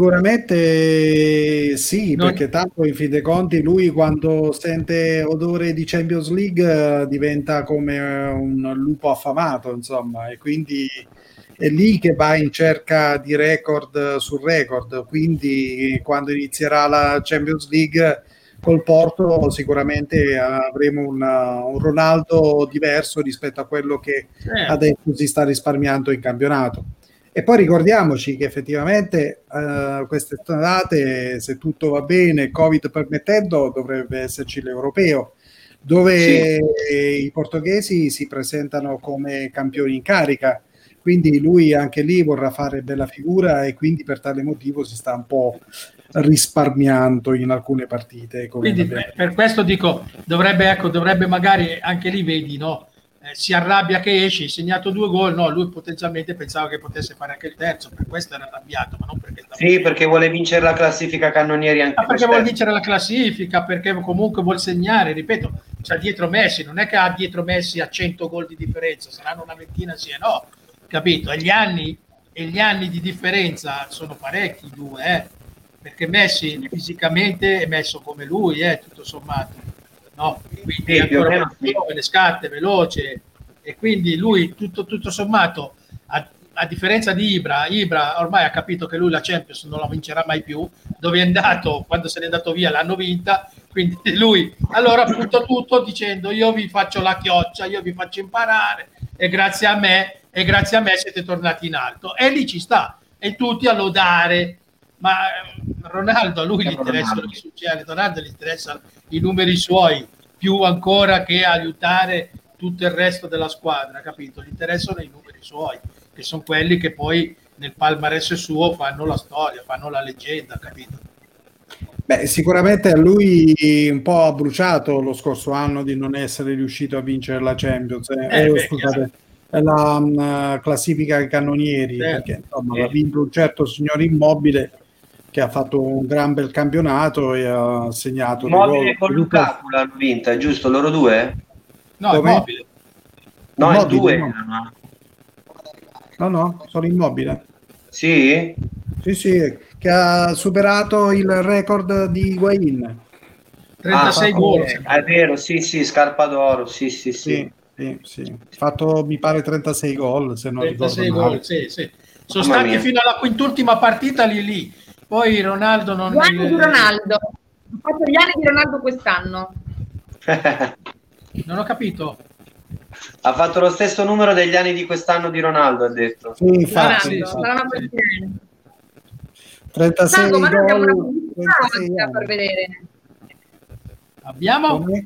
sicuramente sì, Non- perché tanto in fin dei conti lui quando sente odore di Champions League eh, diventa come eh, un lupo affamato, insomma, e quindi è lì che va in cerca di record su record. Quindi quando inizierà la Champions League col Porto sicuramente avremo un, un Ronaldo diverso rispetto a quello che certo. adesso si sta risparmiando in campionato. E poi ricordiamoci che effettivamente eh, quest'estate, se tutto va bene, Covid permettendo, dovrebbe esserci l'Europeo, dove Sì. i portoghesi si presentano come campioni in carica. Quindi lui anche lì vorrà fare bella figura e quindi per tale motivo si sta un po' risparmiando in alcune partite. Come Quindi abbiamo- per, per questo dico, dovrebbe, ecco, dovrebbe magari anche lì, vedi, no? Eh, si arrabbia che esce, hai segnato due gol, no, lui potenzialmente pensava che potesse fare anche il terzo, per questo era arrabbiato, ma non perché stava Sì, perché vuole vincere la classifica cannonieri anche Ah, perché vuol quest'anno. vincere la classifica, perché comunque vuol segnare, ripeto, c'ha dietro Messi, non è che ha dietro Messi a cento gol di differenza, saranno una ventina sì e no, capito? E gli anni, e gli anni di differenza sono parecchi, due, eh? Perché Messi fisicamente è messo come lui, eh, tutto sommato, no? Quindi Sì, è più o ancora meno sì. giovane, scatte, veloce, e quindi lui tutto, tutto sommato, a, a differenza di Ibra, Ibra ormai ha capito che lui la Champions non la vincerà mai più, dove è andato, quando se n'è andato via l'hanno vinta, quindi lui allora punta tutto dicendo io vi faccio la chioccia, io vi faccio imparare e grazie a me, e grazie a me siete tornati in alto, e lì ci sta, e tutti a lodare. Ma Ronaldo, a lui gli interessa il successo, Ronaldo gli interessano i numeri suoi più ancora che aiutare tutto il resto della squadra, capito? Gli interessano i numeri suoi, che sono quelli che poi nel palmarès suo fanno la storia, fanno la leggenda, capito? Beh, sicuramente a lui un po' ha bruciato lo scorso anno di non essere riuscito a vincere la Champions, eh, Eh, eh, beh, scusate, la um, classifica ai cannonieri, certo, perché insomma sì. l'ha vinto un certo signor Immobile che ha fatto un gran bel campionato e ha segnato dei Immobile gol. con Lukaku l'hanno vinta, giusto? Loro due? No, Come? Immobile. No, Immobile, il due no. erano. No, no, sono Immobile. Sì? Sì, sì, che ha superato il record di Higuain. trentasei Ah, gol. ok, è vero, sì, sì, scarpa d'oro, sì, sì, sì. Sì, sì, sì. Fatto mi pare trentasei gol, se non ricordo trentasei male. gol, sì, sì. Sono Mamma stati mia. fino alla quintultima partita lì lì. Poi Ronaldo non... Gli anni di Ronaldo. Ho fatto gli anni di Ronaldo quest'anno. Non ho capito. Ha fatto lo stesso numero degli anni di quest'anno di Ronaldo, ha detto. Sì, infatti, sì, Ronaldo, sì. sarà una coincidenza. trentasei Sango, ma noi abbiamo una gol, pubblicità ventisei oggi da far anni. vedere. Abbiamo? Come?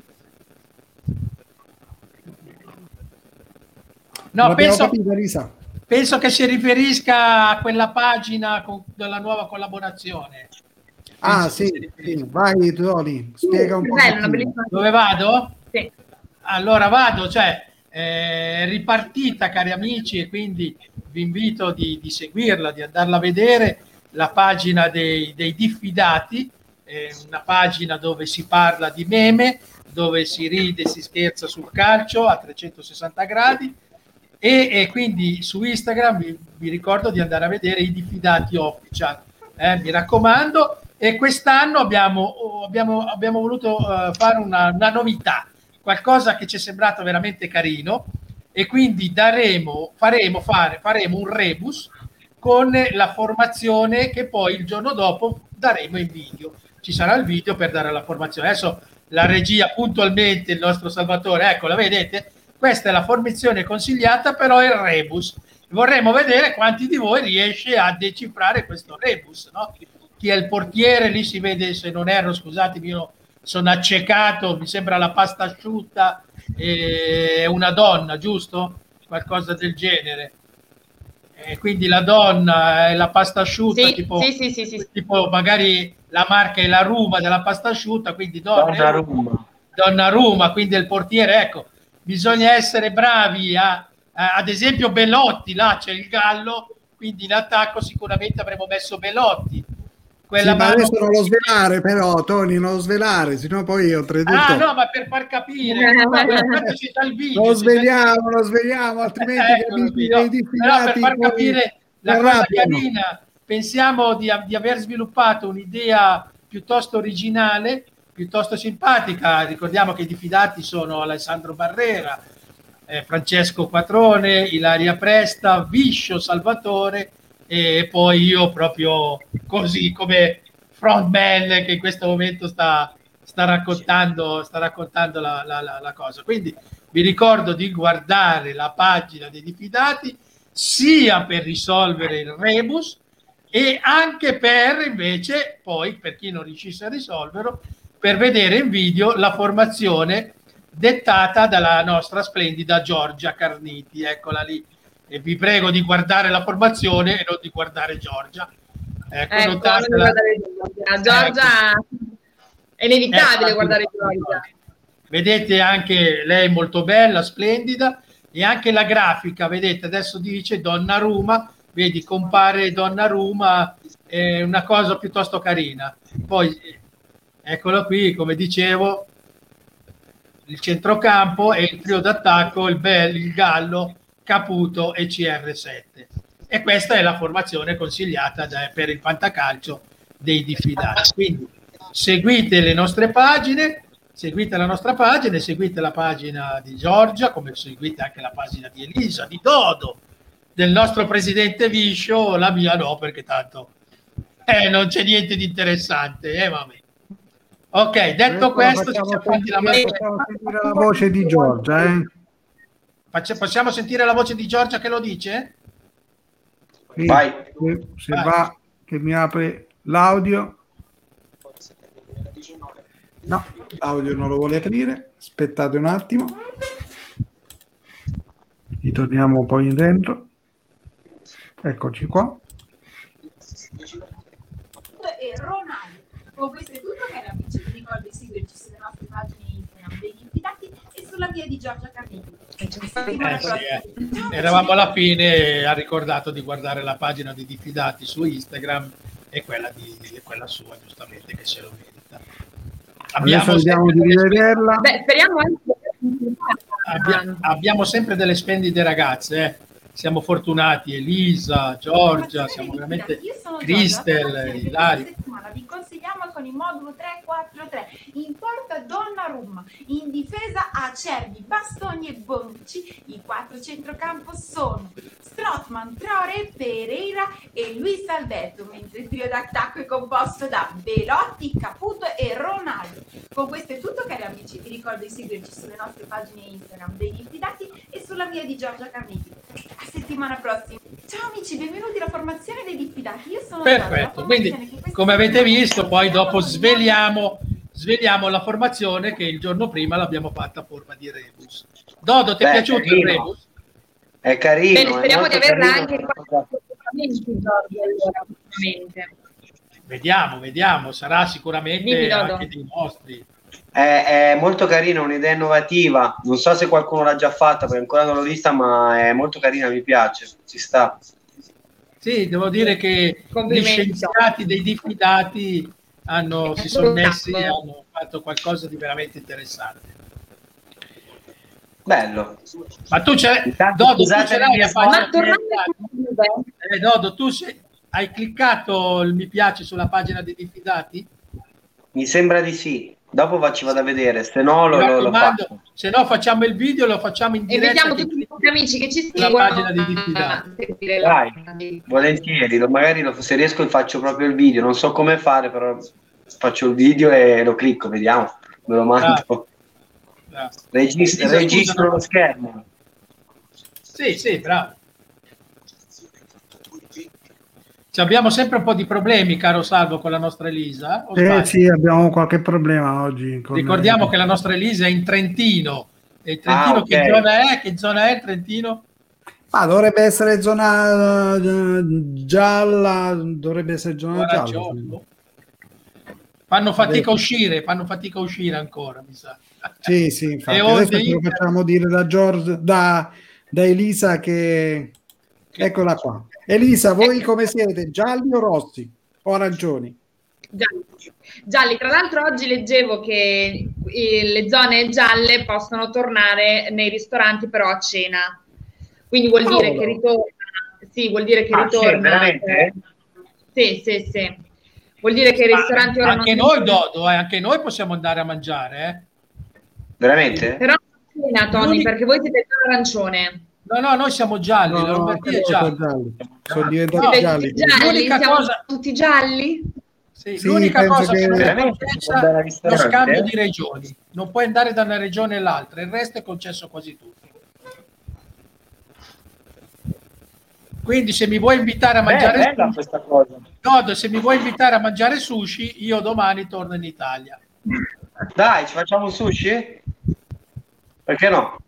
No, Non abbiamo penso, capito, Elisa. penso che si riferisca a quella pagina con, della nuova collaborazione. Ah, Penso che si sì, riferisca. sì. Vai Tony, spiega un Sì, po'. bello, una bellissima. Dove vado? Sì. Allora vado, cioè è ripartita, cari amici, e quindi vi invito di, di seguirla, di andarla a vedere, la pagina dei, dei diffidati, è una pagina dove si parla di meme, dove si ride e si scherza sul calcio a trecentosessanta gradi, e, e quindi su Instagram vi, vi ricordo di andare a vedere i diffidati official, eh, mi raccomando. E quest'anno abbiamo, abbiamo, abbiamo voluto uh, fare una, una novità, qualcosa che ci è sembrato veramente carino, e quindi daremo, faremo, fare, faremo un rebus con la formazione che poi il giorno dopo daremo in video. Ci sarà il video per dare la formazione. Adesso la regia puntualmente, il nostro Salvatore, ecco, la vedete? Questa è la formazione consigliata, però è il rebus. Vorremmo vedere quanti di voi riesce a decifrare questo rebus, no? Chi è il portiere, lì si vede, se non erro, scusatemi, io sono accecato, mi sembra la pasta asciutta, è una donna, giusto? Qualcosa del genere. e quindi la donna è la pasta asciutta, sì, tipo, sì, sì, sì, sì. tipo magari la marca è la Ruma della pasta asciutta, quindi donna, Donna Ruma. Donna Ruma, quindi il portiere, ecco, bisogna essere bravi a, a ad esempio Belotti, là c'è il Gallo, quindi in attacco sicuramente avremmo messo Belotti. Quella sì, ma mano... adesso non lo svelare però, Tony, non lo svelare, sennò poi oltretutto... Ah no, ma per far capire, no, tanto c'è dal video. Lo svegliamo, lo svegliamo, altrimenti ecco, amici qui, dei no. diffidati... Però per far capire la cosa arrabbiano. carina, pensiamo di, di aver sviluppato un'idea piuttosto originale, piuttosto simpatica. Ricordiamo che i diffidati sono Alessandro Barrera, eh, Francesco Quattrone, Ilaria Presta, Viscio Salvatore e poi io proprio così come frontman che in questo momento sta, sta raccontando, sta raccontando la, la, la, la cosa. Quindi vi ricordo di guardare la pagina dei diffidati sia per risolvere il rebus e anche per invece poi per chi non riuscisse a risolverlo per vedere in video la formazione dettata dalla nostra splendida Giorgia Carniti, eccola lì, e vi prego di guardare la formazione e non di guardare Giorgia. Ecco, ecco notate non la... guardare Giorgia, Giorgia ecco. È inevitabile ecco, guardare Giorgia. Vedete anche lei molto bella, splendida, e anche la grafica, vedete, adesso dice Donnarumma, vedi, compare Donnarumma, è una cosa piuttosto carina. Poi, eccolo qui, come dicevo, il centrocampo e il trio d'attacco, il, Bel, il Gallo, Caputo e C R sette. E questa è la formazione consigliata da, per il fantacalcio dei diffidati. Quindi seguite le nostre pagine, seguite la nostra pagina e seguite la pagina di Giorgia, come seguite anche la pagina di Elisa, di Dodo, del nostro presidente Viscio, la mia no, perché tanto eh, non c'è niente di interessante, eh, vabbè. Ok, detto ecco, questo, ci facciamo, sentire, sentire, facciamo sentire la voce di Giorgia. Eh? Faccia, possiamo sentire la voce di Giorgia che lo dice? Sì, vai. Se, se vai. Va, che mi apre l'audio. No, l'audio non lo vuole aprire. Aspettate un attimo. Ritorniamo poi in dentro. Eccoci qua. E Ronaldo. Con questo è tutto, cari amici. Vi ricordo di seguirci sulle nostre pagine Instagram degli diffidati e sulla mia di Giorgia Carniti. Eh sì, eh. Eravamo alla fine e ha ricordato di guardare la pagina dei diffidati su Instagram e quella, di, e quella sua, giustamente, che se lo merita. Abbiamo Adesso di rivederla. Beh, speriamo anche Abbia, abbiamo sempre delle splendide ragazze, eh. Siamo fortunati, Elisa, Giorgia, siamo veramente Cristel, Ilaria. Vi consigliamo con il modulo tre quattro tre in porta Donnarumma, in difesa Acerbi, Bastoni e Bonucci. I quattro centrocampo sono Strootman, Traoré, Pereira e Luis Alberto, mentre il trio d'attacco è composto da Belotti, Caputo e Ronaldo. Con questo è tutto, cari amici. Vi ricordo di seguirci sulle nostre pagine Instagram dei diffidati e sulla mia di Giorgia Carniti. A settimana prossima. Ciao amici, benvenuti alla formazione dei diffidati. Io sono perfetto, quindi come avete visto poi dopo sveliamo sveliamo la formazione che il giorno prima l'abbiamo fatta a forma di rebus. Dodo, ti è Beh, piaciuto carino. il rebus? È carino. Bene, speriamo di averla carino. anche allora, vediamo, vediamo, sarà sicuramente Dimmi, anche dei nostri. È, è molto carino, un'idea innovativa. Non so se qualcuno l'ha già fatta, perché ancora non l'ho vista, ma è molto carina, mi piace, ci sta. Sì, devo dire che gli scienziati dei diffidati hanno, si sono messi e hanno fatto qualcosa di veramente interessante. Bello. Ma tu c'è, Dodo, tu ce l'hai a pagina eh, Dodo, tu sei, hai cliccato il mi piace sulla pagina dei diffidati? Mi sembra di sì. Dopo ci vado a vedere, se no lo, lo, lo faccio. Se no facciamo il video, lo facciamo in diretta. Invitiamo tutti i nostri amici che ci seguono la pagina di diffidati. Dai, volentieri, lo, magari lo, se riesco faccio proprio il video, non so come fare, però faccio il video e lo clicco, vediamo, me lo mando. Ah. Regist- Elisa, registro scusa, lo schermo. Sì, sì, bravo. Ci abbiamo sempre un po' di problemi, caro Salvo, con la nostra Elisa. Eh, sì, abbiamo qualche problema oggi. Con Ricordiamo le... che la nostra Elisa è in Trentino. E Trentino ah, okay. che zona è? Che zona è Trentino? Ah, dovrebbe essere zona uh, gialla, dovrebbe essere zona Guarda, gialla. gioco. Fanno fatica a uscire, fanno fatica a uscire ancora, mi sa. Sì, sì, infatti. E Adesso onde ce lo facciamo dire da Giorgio, da, da Elisa che... Eccola qua. Elisa, voi come siete? Gialli o rossi? O arancioni? Gialli. Gialli. Tra l'altro oggi leggevo che eh, le zone gialle possono tornare nei ristoranti però a cena. Quindi vuol dire Oh. che ritorna. Sì, vuol dire che Ah, ritorna. sì, veramente? Sì, sì, sì. Vuol dire che i ristoranti ora Anche non noi, Dodo, eh, anche noi possiamo andare a mangiare, eh. Veramente? Però non a cena, Tony, L'unica- perché voi siete già arancione. No, no, noi siamo gialli, No, la no, Lombardia anche è loro sono gialla. gialli. Sono diventati No, Siete gialli. tutti gialli? L'unica Siamo cosa- tutti gialli? Sì, Sì, l'unica penso cosa che, che- non è Veramente si può andare al concessa è lo ristorante? scambio di regioni. Non puoi andare da una regione all'altra, il resto è concesso quasi tutto. Quindi se mi vuoi invitare a Beh, mangiare è bella sushi, questa cosa. Dodo, se mi vuoi invitare a mangiare sushi, io domani torno in Italia. Dai, ci facciamo un sushi? Perché no?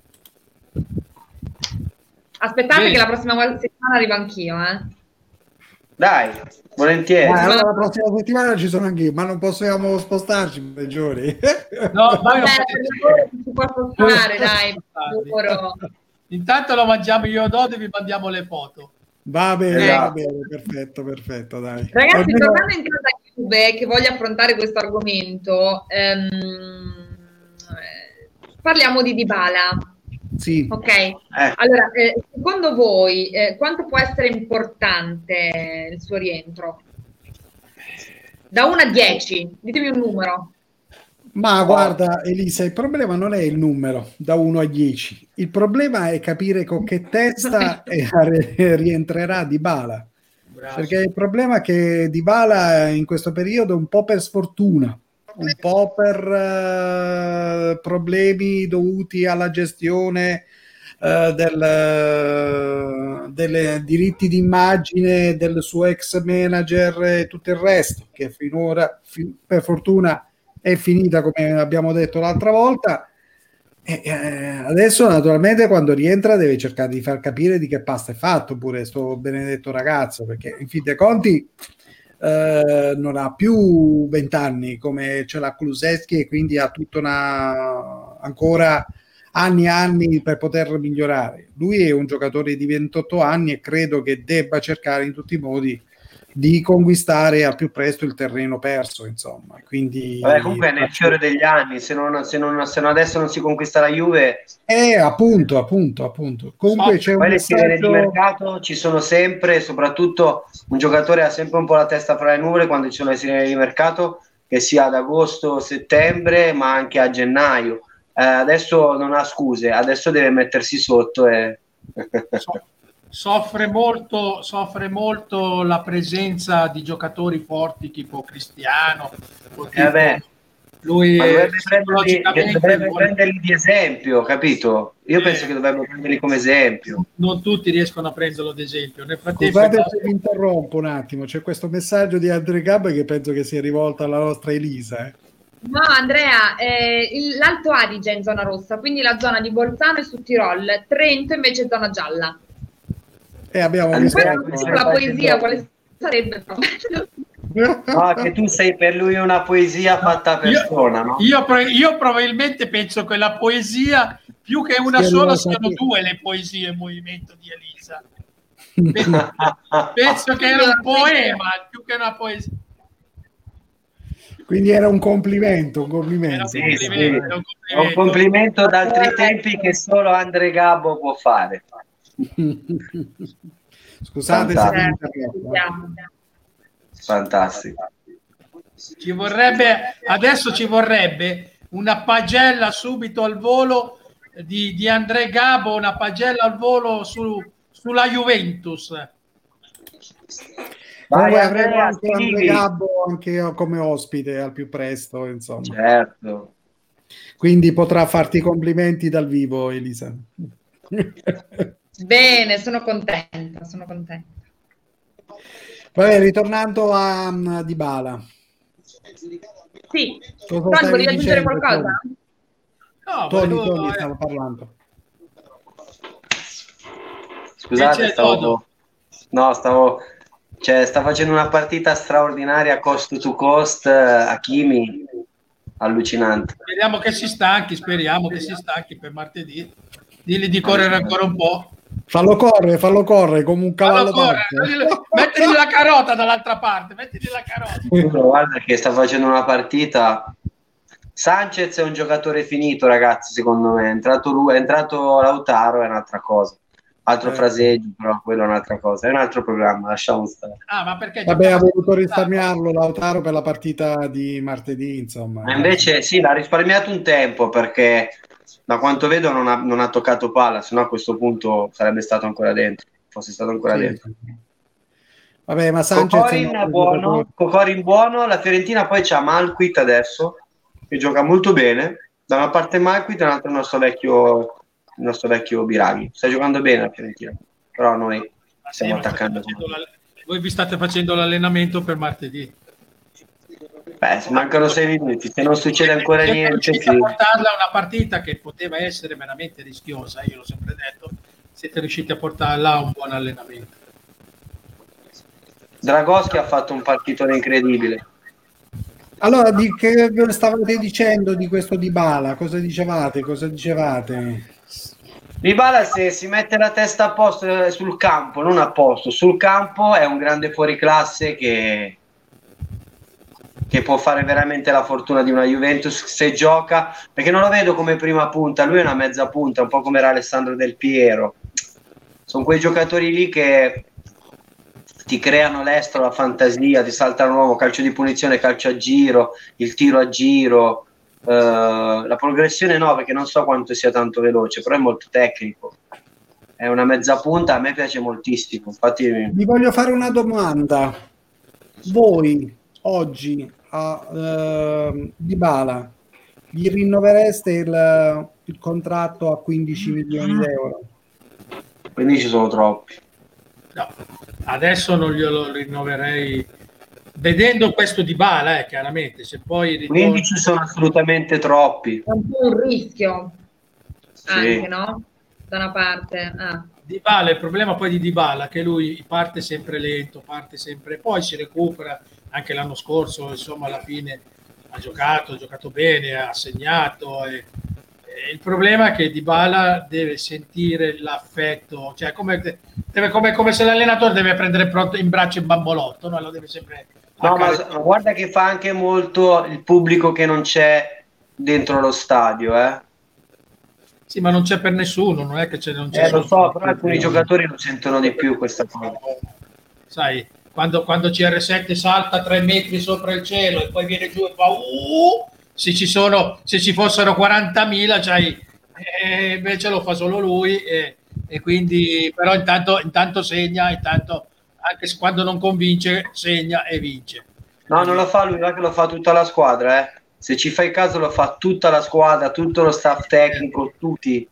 Aspettate Bene. che la prossima settimana arrivo anch'io, eh. Dai, volentieri. Ah, allora la prossima settimana ci sono anche io, ma non possiamo spostarci per giorni. No, voi non Vabbè, potete- per lavoro non si può spostare, dai, per lavoro. Intanto lo mangiamo io e Dodo e vi mandiamo le foto. Va bene, Esatto. va bene, perfetto, perfetto, dai. Ragazzi, Almeno- tornando in casa Juve, che voglio affrontare questo argomento, ehm, parliamo di Dybala. Sì. Ok, Eh. allora, eh, secondo voi eh, quanto può essere importante il suo rientro? Da uno a dieci, ditemi un numero. Ma guarda, Elisa, il problema non è il numero da uno a dieci. Il problema è capire con che testa eh, rientrerà Dybala. Bravo. Perché il problema è che Dybala in questo periodo, un po' per sfortuna, un po' per eh, problemi dovuti alla gestione eh, del, delle diritti d'immagine del suo ex manager e tutto il resto, che finora, fi- per fortuna, è finita come abbiamo detto l'altra volta. E, eh, adesso naturalmente quando rientra deve cercare di far capire di che pasta è fatto pure sto benedetto ragazzo, perché in fin dei conti eh, non ha più vent'anni come ce l'ha Kulusevski e quindi ha tutta una ancora anni e anni per poter migliorare. Lui è un giocatore di ventotto anni e credo che debba cercare in tutti i modi di conquistare al più presto il terreno perso, insomma. Quindi Vabbè, comunque è nel fiore degli anni, se non, se non, se non adesso non si conquista la Juve, eh, appunto, appunto, appunto. Comunque So, c'è un poi le sirene di messaggio. mercato ci sono sempre, soprattutto un giocatore ha sempre un po' la testa fra le nuvole quando ci sono le sirene di mercato, che sia ad agosto, settembre, ma anche a gennaio. Eh, adesso non ha scuse, adesso deve mettersi sotto e... So- soffre molto, soffre molto la presenza di giocatori forti tipo Cristiano. o tipo- Eh beh. lui Ma è dovrebbe prenderli, psicologicamente dovrebbe vuole- prenderli di esempio, capito? Io Eh. penso che dovrebbe prenderli come esempio. non tutti riescono a prenderlo ad esempio. Nel frattempo, Scusate se vi interrompo un attimo, c'è questo messaggio di Andre Gabbe che penso che sia rivolto alla nostra Elisa. Eh. No, Andrea, eh, il- l'Alto Adige è in zona rossa, quindi la zona di Bolzano e Sud Tirol, Trento invece è zona gialla. E abbiamo Andrea, Poi visto non quindi so la stai poesia facendo- quale sarebbe. No, che tu sei per lui una poesia fatta a io, persona, no? io, pro- io probabilmente penso che la poesia, più che una Sia sola, arrivata siano qui. due le poesie in movimento di Elisa. Penso, penso che era un poema più che una poesia. Quindi era un complimento, un Era un complimento. Sì, complimento, sì. era un È un complimento d'altri tempi che solo Andre Gabbo può fare. Scusate se Fantastico. vi interrompo. Fantastico. Ci vorrebbe, adesso ci vorrebbe una pagella subito al volo di, di André Gabo, una pagella al volo su, sulla Juventus. Comunque Vai, avremo Andrea, anche Andre scrivi. Gabbo anche come ospite al più presto, insomma. Certo. Quindi potrà farti i complimenti dal vivo, Elisa. Bene, sono contenta, sono contenta. Vabbè, ritornando a, a Dybala. Sì, Cosa Tony, stavi volevi aggiungere dicendo, qualcosa? No, Tony, volevo- Tony eh, stava parlando. scusate, stavo... No, stavo... Cioè, sta facendo una partita straordinaria cost to cost, Hakimi, allucinante. Speriamo che si stanchi, speriamo che si stanchi per martedì. Digli di correre ancora un po'. Fallo correre, fallo correre come un cavallo. Mettili la carota dall'altra parte, mettili la carota. Guarda che sta facendo una partita. Sanchez è un giocatore finito, ragazzi, secondo me. È entrato lui, è entrato Lautaro, è un'altra cosa. Altro eh. fraseggio, però quello è un'altra cosa. È un altro programma, lasciamo stare. Ah, ma perché? Vabbè, ha voluto risparmiarlo Lautaro per la partita di martedì, insomma. Ma invece sì, l'ha risparmiato un tempo perché da quanto vedo non ha, non ha toccato palla, sennò a questo punto sarebbe stato ancora dentro. Fosse stato ancora sì. dentro. Vabbè, ma Sanchez Cocorin è buono, Cocorin buono, la Fiorentina poi c'ha Malquit adesso, che gioca molto bene. Da una parte Malquit e dall'altra il nostro vecchio il nostro vecchio Biraghi. Sta giocando bene la Fiorentina, però noi stiamo sì, attaccando. Voi vi state facendo l'allenamento per martedì. Beh, mancano sei minuti, se non succede ancora siete niente. Sì. A portarla a una partita che poteva essere veramente rischiosa, io l'ho sempre detto, siete riusciti a portarla a un buon allenamento. Dragoschi ha fatto un partitone incredibile. Allora, di che stavate dicendo di questo Dybala? Cosa dicevate? Cosa dicevate? Dybala, se si mette la testa a posto sul campo, non a posto, sul campo è un grande fuoriclasse che che può fare veramente la fortuna di una Juventus se gioca, perché non lo vedo come prima punta, lui è una mezza punta, un po' come era Alessandro Del Piero. Sono quei giocatori lì che ti creano l'estro, la fantasia, ti saltano nuovo, calcio di punizione, calcio a giro, il tiro a giro, eh, la progressione no, perché non so quanto sia tanto veloce, però è molto tecnico. È una mezza punta, a me piace moltissimo. Infatti vi voglio fare una domanda. Voi oggi a uh, Dybala gli rinnovereste il, il contratto a quindici milioni di euro? quindici sono troppi. No, adesso non glielo rinnoverei vedendo questo Dybala, eh, chiaramente se poi ritorno... quindici sono assolutamente troppi. È un po' un rischio sì. anche, no? Da una parte ah. Dybala, il problema poi di Dybala che lui parte sempre lento, parte sempre, poi si recupera. Anche l'anno scorso, insomma, alla fine ha giocato, ha giocato bene, ha segnato. E, e il problema è che Dybala deve sentire l'affetto, cioè come, deve, come, come se l'allenatore deve prendere pronto in braccio il bambolotto, no? Lo deve sempre. No, ma guarda che fa anche molto il pubblico che non c'è dentro lo stadio, eh. Sì, ma non c'è per nessuno, non è che c'è. Non c'è eh, lo so, però alcuni giocatori lo sentono di più questa cosa. Sai. Quando, quando C R sette salta tre metri sopra il cielo e poi viene giù e fa uh, se ci sono, se ci fossero quarantamila, c'hai, eh, invece lo fa solo lui e, e quindi però intanto, intanto segna, intanto anche se quando non convince segna e vince. No, non lo fa lui, ma che lo fa tutta la squadra, eh. Se ci fai caso lo fa tutta la squadra, tutto lo staff tecnico, tutti.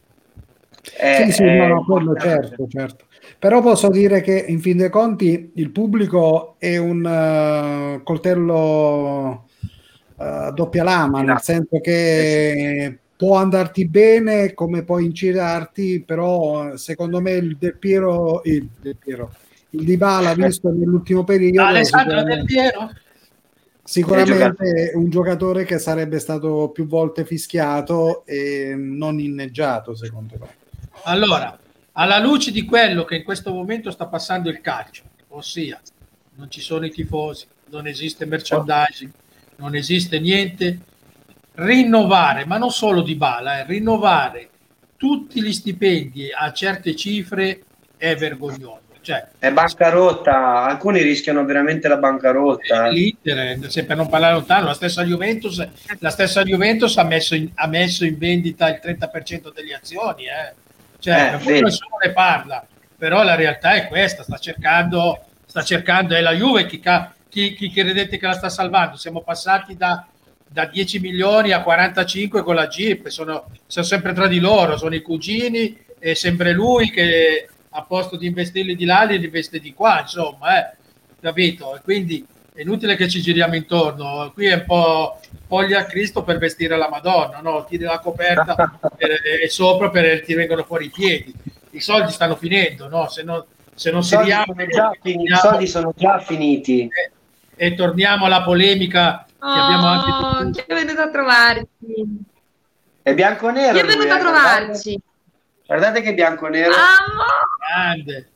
Eh, sì, sì, eh, no, no, quello certo, certo. Però posso dire che in fin dei conti il pubblico è un uh, coltello a uh, doppia lama, nel senso che può andarti bene come può incitarti, però secondo me il Del Piero, il, Del Piero, il Dybala visto nell'ultimo periodo, Alessandro Del Piero sicuramente è un giocatore che sarebbe stato più volte fischiato e non inneggiato, secondo me. Allora, alla luce di quello che in questo momento sta passando il calcio, ossia non ci sono i tifosi, non esiste merchandising, non esiste niente, rinnovare, ma non solo Dybala, eh, rinnovare tutti gli stipendi a certe cifre è vergognoso. Cioè, è bancarotta, alcuni rischiano veramente la bancarotta. L'Inter, se per non parlare lontano, la stessa Juventus, la stessa Juventus ha messo in, ha messo in vendita il trenta per cento delle azioni, eh. Cioè, eh, nessuno ne parla, però la realtà è questa, sta cercando, sta cercando, è la Juve chi, chi, chi credete che la sta salvando, siamo passati da, da dieci milioni a quarantacinque con la Jeep, sono, sono sempre tra di loro, sono i cugini e sempre lui che a posto di investirli di là li investe di qua, insomma, eh, capito? E quindi è inutile che ci giriamo intorno, qui è un po' foglia a Cristo per vestire la Madonna, no? Tiri la coperta e, e sopra per, ti vengono fuori i piedi, i soldi stanno finendo, no? Se non, se non I si soldi, riapre, sono già finiti, i soldi sono già finiti. E, e torniamo alla polemica che Oh, abbiamo anche... chi è venuto a trovarci? È bianco-nero. Chi è venuto lui, a eh, trovarci? Guardate, guardate che bianco-nero. Amore! Grande.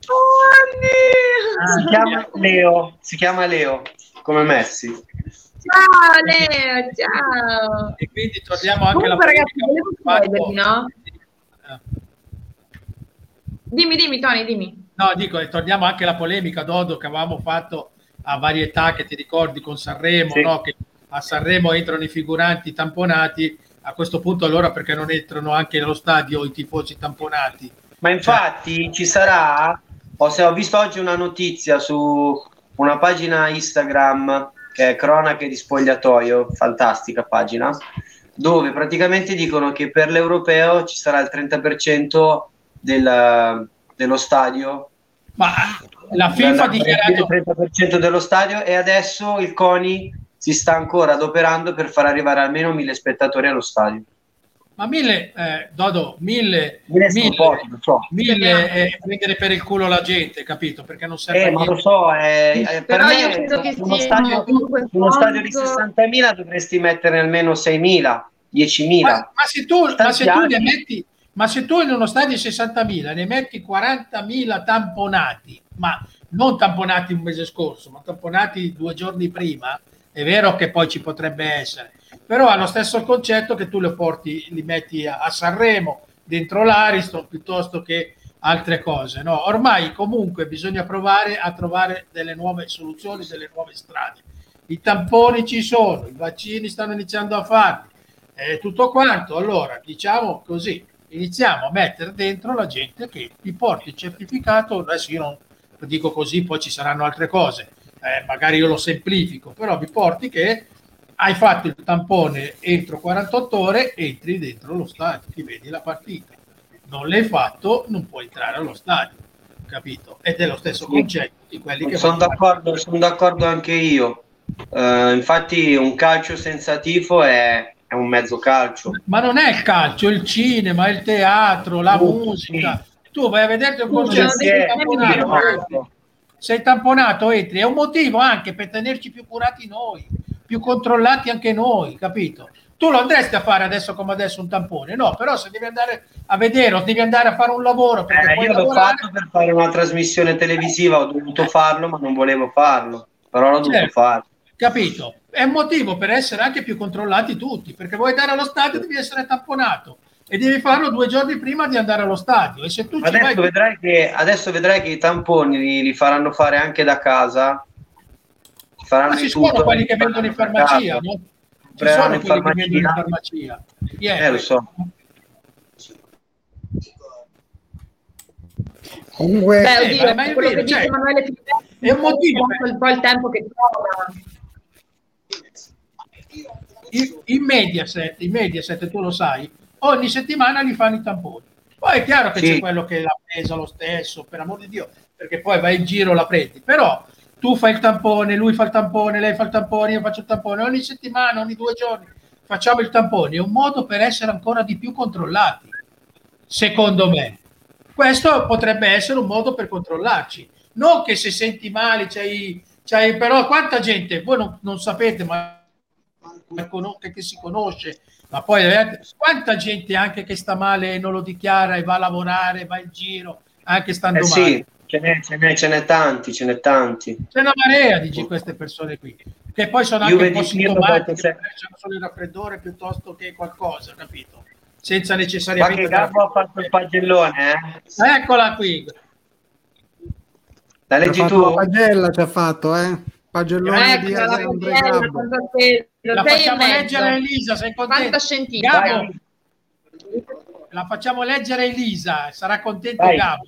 Si chiama Leo, si chiama Leo, come Messi. Ciao Leo, ciao. E quindi torniamo anche alla Comunque ragazzi, polemica. volevo chiedervi, no? Eh. Dimmi, dimmi Tony, dimmi. No, dico, e torniamo anche alla polemica, Dodo, che avevamo fatto a varietà, che ti ricordi con Sanremo, Sì. no? Che a Sanremo entrano i figuranti tamponati, a questo punto allora perché non entrano anche nello stadio i tifosi tamponati? Ma infatti ci sarà, ho, se ho visto oggi una notizia su una pagina Instagram che è Cronache di Spogliatoio, fantastica pagina, dove praticamente dicono che per l'europeo ci sarà il trenta per cento del, dello stadio. Ma la FIFA ha il dichiarato... trenta per cento dello stadio, e adesso il CONI si sta ancora adoperando per far arrivare almeno mille spettatori allo stadio. Ma mille, eh, Dodo, mille, Mille, mille, pochi, lo so. mille è prendere per il culo la gente, capito? Perché non serve Eh, a ma niente. lo so, eh, eh, per Però me io credo che uno sia stadio, comunque uno stadio di molto- sessantamila dovresti metterne almeno seimila, diecimila. Ma, ma se tu, ma se tu Stanziati. ne metti, ma se tu in uno stadio di sessantamila ne metti quarantamila tamponati, ma non tamponati un mese scorso, ma tamponati due giorni prima, è vero che poi ci potrebbe essere, però ha lo stesso concetto che tu li porti, li metti a, a Sanremo, dentro l'Ariston, piuttosto che altre cose, no? Ormai comunque bisogna provare a trovare delle nuove soluzioni, delle nuove strade. I tamponi ci sono, i vaccini stanno iniziando a farli, eh, tutto quanto. Allora, diciamo così, iniziamo a mettere dentro la gente che ti porti il certificato. Adesso io non lo dico così, poi ci saranno altre cose, eh, magari io lo semplifico, però mi porti che hai fatto il tampone entro quarantotto ore, entri dentro lo stadio, ti vedi la partita. Non l'hai fatto, non puoi entrare allo stadio, capito? Ed è lo stesso concetto di quelli che Sono vanno- d'accordo, sono d'accordo anche io. Eh, infatti un calcio senza tifo è, è un mezzo calcio. Ma non è il calcio, è il cinema, è il teatro, la Uh, musica. Tu vai a vederti un Sì, concerto, sì, sei sì, tamponato, sì. entri. Sei tamponato, entri. È un motivo anche per tenerci più curati noi, più controllati anche noi, capito? Tu lo andresti a fare adesso come adesso un tampone? No, però se devi andare a vedere o devi andare a fare un lavoro, perché Eh, puoi io l'ho lavorare, fatto per fare una trasmissione televisiva, ho dovuto farlo, ma non volevo farlo, però l'ho dovuto Certo. fare. capito? È un motivo per essere anche più controllati tutti, perché vuoi andare allo stadio devi essere tamponato e devi farlo due giorni prima di andare allo stadio. E se tu ci vai... Adesso vedrai che, adesso vedrai che i tamponi li, li faranno fare anche da casa. Faranno Ma ci di sono tutto, quelli li che vendono in faranno da farmacia, casa. no? Ci Compreranno sono in quelli che vendono in farmacia. farmacia. Yeah. Eh, lo so. Comunque, Beh, Eh, oddio, ma- ma è quello vero, che dice cioè, Emanuele Filiberti è un motivo, un po' il tempo che trova. in, in Mediaset, in Mediaset, tu lo sai, ogni settimana li fanno i tamponi. Poi è chiaro che Sì. c'è quello che l'ha presa lo stesso, per amor di Dio, perché poi vai in giro la prendi. Però tu fai il tampone, lui fa il tampone, lei fa il tampone, io faccio il tampone, ogni settimana, ogni due giorni facciamo il tampone. È un modo per essere ancora di più controllati, secondo me. Questo potrebbe essere un modo per controllarci. Non che se senti male, c'hai, c'hai però quanta gente, voi non, non sapete, ma che, che si conosce, ma poi eh, quanta gente anche che sta male e non lo dichiara e va a lavorare, va in giro, anche stando Eh male. sì, ce n'è, ce n'è, ce n'è tanti, ce n'è tanti. C'è una marea di queste persone qui, che poi sono Io anche un po' vedi, io sintomatiche, dopo se- magari hanno solo il raffreddore piuttosto che qualcosa, capito? Senza Ma necessariamente... che Gabbo ha fatto il pagellone, eh? Eccola qui. La ci ha leggi fatto tu? la pagella, ci ha fatto, eh? Pagellone di Ecco la Andrea pagella, Gabbo. fantastico. La Sei e facciamo mezzo. leggere a Elisa, sei contenta? Fantascientifico. Gabbo, Vai. la facciamo leggere a Elisa, sarà contento Vai. Gabbo.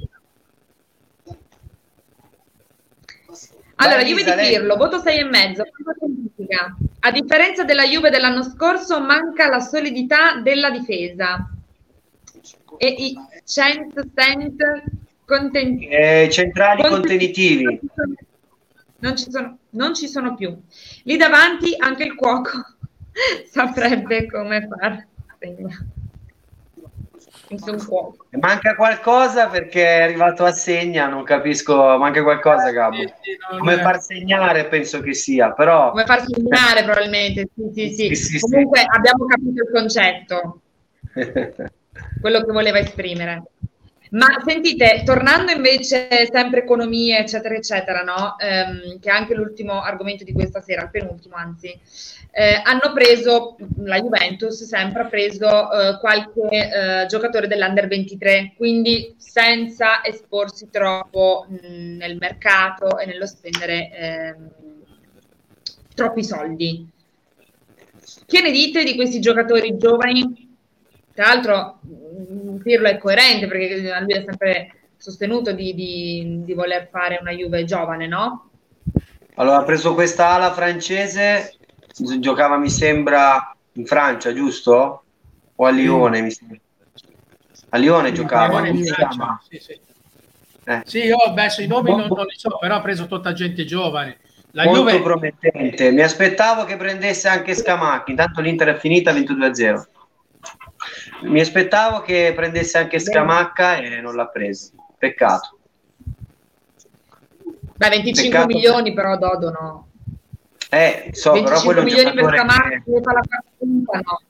Allora, Vai, Juve Elisa, di lei. Pirlo, voto sei e mezzo. Fantascientifica. A differenza della Juve dell'anno scorso, manca la solidità della difesa. E i cento cent conten- Eh, centrali contenitivi. Non ci, sono, non ci sono più. Lì davanti anche il cuoco saprebbe come far. sei un cuoco. Manca qualcosa perché è arrivato a segna, non capisco, manca qualcosa, Gabbo. Sì, sì, non Come è- far segnare penso che sia, però... Come far segnare probabilmente, sì, sì, sì. Sì, sì, sì. Comunque abbiamo capito il concetto, quello che voleva esprimere. Ma sentite, tornando invece sempre economia, eccetera, eccetera, no? Ehm, che è anche l'ultimo argomento di questa sera, il penultimo anzi, eh, hanno preso, la Juventus sempre ha preso eh, qualche eh, giocatore dell'Under ventitré, quindi senza esporsi troppo mh, nel mercato e nello spendere ehm, troppi soldi. Che ne dite di questi giocatori giovani? Tra l'altro mh, Pirlo è coerente perché lui ha sempre sostenuto di, di, di voler fare una Juve giovane, no? Allora, ha preso questa ala francese, giocava mi sembra in Francia, giusto? O a Lione, mi sembra. A Lione Sì, giocava, Lione, come si Francia, chiama? sì, sì. Eh. Sì, io adesso i nomi non, non li so, però ha preso tutta gente giovane. La Molto Juve, promettente. Mi aspettavo che prendesse anche Scamacchi, intanto l'Inter è finita ventidue a zero. Mi aspettavo che prendesse anche Scamacca e non l'ha preso. Peccato. Beh, venticinque Peccato. milioni però Dodo no. Eh, so, però venticinque quello è un milioni per giocatore Scamacca che... fa la partita, no.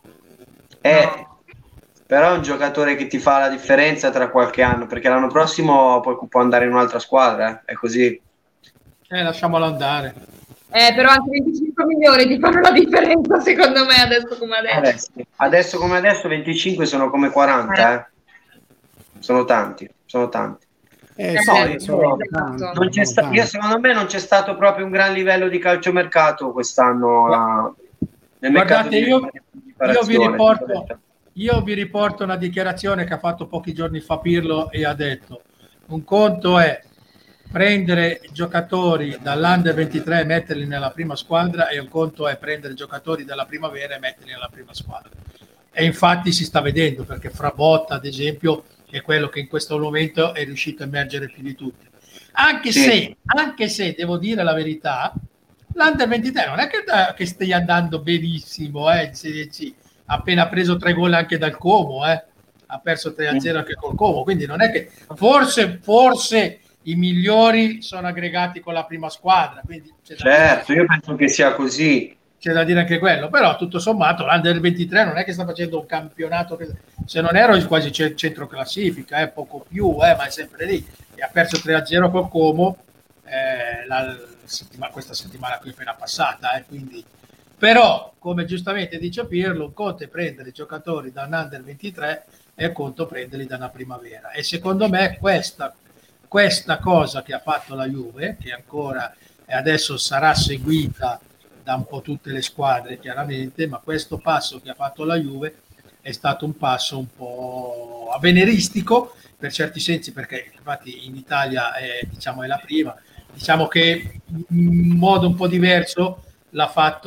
Eh, No. però è un giocatore che ti fa la differenza tra qualche anno, perché l'anno prossimo può, può andare in un'altra squadra, eh? È così. eh, lasciamolo andare. Eh, però anche venticinque milioni ti fanno la differenza secondo me adesso come adesso. Adesso, adesso come adesso venticinque sono come quaranta, eh? Sono tanti, sono tanti. Eh, Eh, sì, no, sono esatto. tanti, Non c'è sono sta- tanti. io secondo me non c'è stato proprio un gran livello di calciomercato quest'anno a- nel mercato Guardate, di io, io, vi riparazione. riporto, io vi riporto una dichiarazione che ha fatto pochi giorni fa Pirlo e ha detto: un conto è prendere giocatori dall'Under ventitré e metterli nella prima squadra, e un conto è prendere giocatori dalla primavera e metterli nella prima squadra. E infatti si sta vedendo, perché Frabotta, ad esempio, è quello che in questo momento è riuscito a emergere più di tutti. Anche, Sì. se, anche se, devo dire la verità, l'Under ventitré non è che, che stia andando benissimo eh, in Serie C. Ha appena preso tre gol anche dal Como, eh. Ha perso tre a zero anche col Como, quindi non è che forse, forse i migliori sono aggregati con la prima squadra, quindi c'è da Certo, dire, io penso che sia così. c'è da dire anche quello, però tutto sommato l'Under ventitré non è che sta facendo un campionato che, se non ero quasi centro classifica, eh, poco più, eh, ma è sempre lì, e ha perso tre a zero col Como eh, la, settimana, questa settimana qui appena passata, eh, quindi però, come giustamente dice Pirlo, un conto è prendere i giocatori da un Under ventitré e un conto prenderli da una primavera, e secondo me questa questa cosa che ha fatto la Juve, che ancora e adesso sarà seguita da un po' tutte le squadre chiaramente, ma questo passo che ha fatto la Juve è stato un passo un po' avveniristico per certi sensi, perché infatti in Italia è, diciamo, è la prima, diciamo che in modo un po' diverso l'ha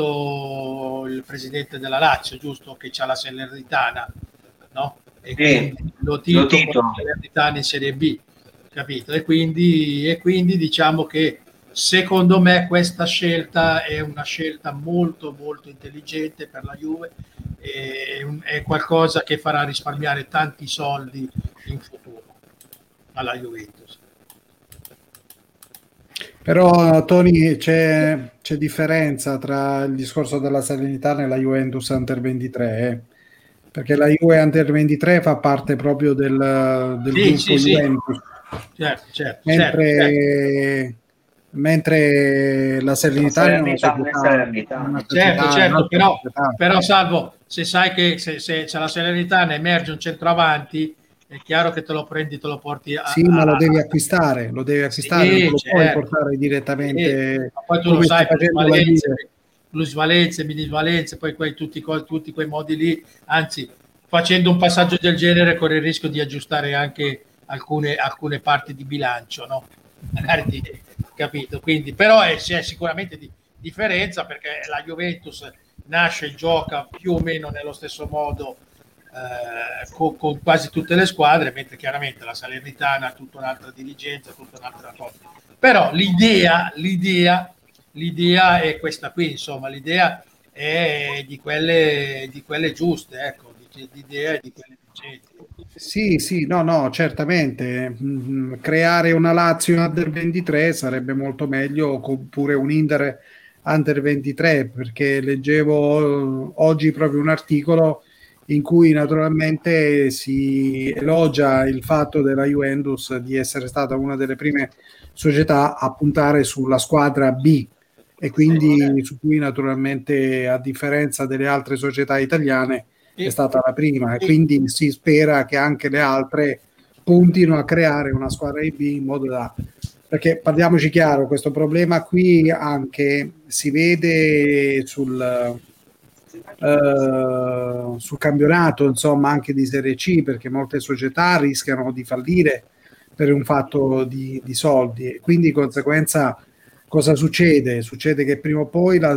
fatto il presidente della Lazio, giusto, che c'ha la Salernitana, no? E Sì, quindi lo Tito, lo Tito. con la Salernitana in Serie B, capito? E quindi, e quindi diciamo che secondo me questa scelta è una scelta molto molto intelligente per la Juve, e è qualcosa che farà risparmiare tanti soldi in futuro alla Juventus. Però Tony, c'è, c'è differenza tra il discorso della Salernitana e la Juventus Under ventitré, eh? Perché la Juve Under ventitré fa parte proprio del, del Sì, gruppo sì, sì. Juventus, Certo, certo, mentre, certo, mentre la Salernitana è una Salernitana, società, Salernitana. una certo, società, certo, un'altra però, società. però Salvo, se sai che se, se, se la Salernitana emerge un centravanti, è chiaro che te lo prendi, te lo porti a... Sì, ma lo a- devi acquistare, lo devi acquistare, Sì, non lo puoi certo. portare direttamente, Sì, ma poi tu lo come sta sai, facendo la Juve. plusvalenze, minusvalenze, poi quei, tutti, co- tutti quei modi lì, anzi, facendo un passaggio del genere corre il rischio di aggiustare anche alcune, alcune parti di bilancio, no? Magari ti- capito? Quindi, però è, c'è sicuramente di differenza, perché la Juventus nasce e gioca più o meno nello stesso modo eh, con, con quasi tutte le squadre, mentre chiaramente la Salernitana ha tutta un'altra dirigenza, tutta un'altra cosa. Però l'idea, l'idea, l'idea è questa qui, insomma, l'idea è di quelle, di quelle giuste, ecco, l'idea è di quelle vincenti. Sì, sì, no, no, certamente. Mm, creare una Lazio Under ventitré sarebbe molto meglio, oppure un Inter Under ventitré, perché leggevo eh, oggi proprio un articolo in cui naturalmente si elogia il fatto della Juventus di essere stata una delle prime società a puntare sulla squadra B, e quindi su cui naturalmente, a differenza delle altre società italiane, è stata la prima, e quindi si spera che anche le altre puntino a creare una squadra B in modo da, perché parliamoci chiaro, questo problema qui anche si vede sul Uh, sul campionato, insomma, anche di Serie C, perché molte società rischiano di fallire per un fatto di, di soldi, e quindi di conseguenza cosa succede? Succede che prima o poi la,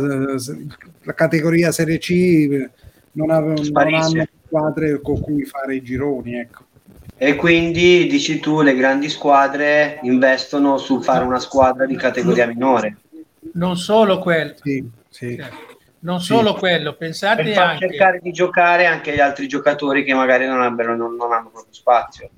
la categoria Serie C non, ave, non hanno squadre con cui fare i gironi, ecco. E quindi dici tu, le grandi squadre investono su fare una squadra di categoria minore. Non solo quello, sì, sì. Certo. Non solo sì. quello, pensate per far anche cercare di giocare anche gli altri giocatori che magari non, abbiano, non, non hanno proprio spazio,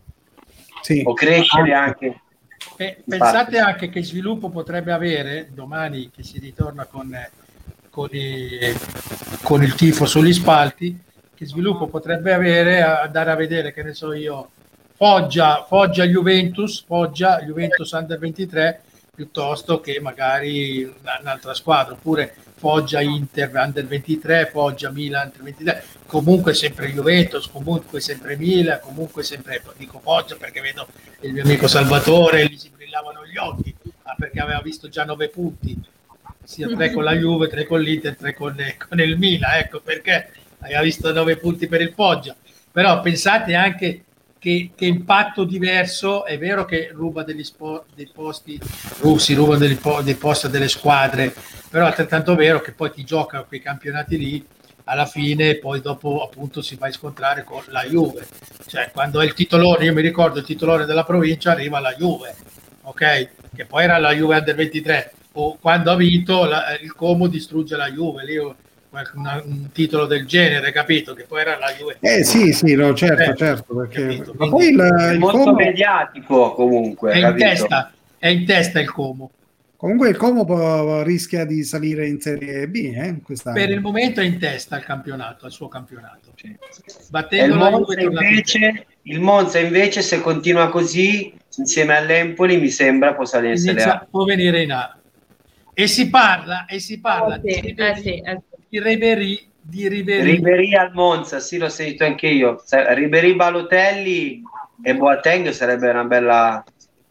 sì. o crescere anche. Eh, pensate anche che sviluppo potrebbe avere domani che si ritorna con, con, i, con il tifo sugli spalti, che sviluppo potrebbe avere a andare a vedere, che ne so io, Foggia, Foggia Juventus, Foggia Juventus Under ventitré, piuttosto che magari un'altra squadra, oppure Foggia Inter Under ventitré, Foggia Milan Under ventitré, comunque sempre Juventus, comunque sempre Milan, comunque sempre, dico Foggia perché vedo il mio amico Salvatore, gli si brillavano gli occhi, ah, perché aveva visto già nove punti, sia tre con la Juve, tre con l'Inter, tre con, con il Milan, ecco perché aveva visto nove punti per il Foggia. Però pensate anche Che, che impatto diverso, è vero che ruba degli spo, dei posti, uh, si ruba dei, dei posti delle squadre, però è altrettanto vero che poi ti gioca quei campionati lì, alla fine poi dopo appunto si va a scontrare con la Juve, cioè quando è il titolone, io mi ricordo il titolone della provincia arriva la Juve, ok, che poi era la Juve Under ventitré, o quando ha vinto la, il Como distrugge la Juve, lì Una, un titolo del genere, capito? Che poi era la Juve. Eh sì, sì, no, certo, certo, perché capito? ma poi il, è il molto Como mediatico comunque. È in, capito? testa, è in testa il Como. Comunque il Como può, rischia di salire in Serie B, eh, quest'anno. Per il momento è in testa al campionato, al suo campionato. Sì. Battendo il, la Monza Juve invece, il Monza invece, se continua così, insieme all'Empoli, mi sembra possa essere può venire in A. E si parla, e si parla oh, sì, di eh, sì, eh. di Ribéry, di Ribéry. Ribéry al Monza, sì, l'ho sentito anche io. Ribéry, Balotelli e Boateng sarebbe una bella,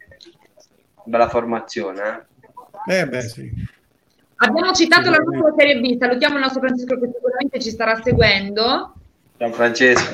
bella formazione. Eh, eh beh, sì. Abbiamo citato la nostra Serie B, salutiamo il nostro Francesco che sicuramente ci starà seguendo. Ciao Francesco.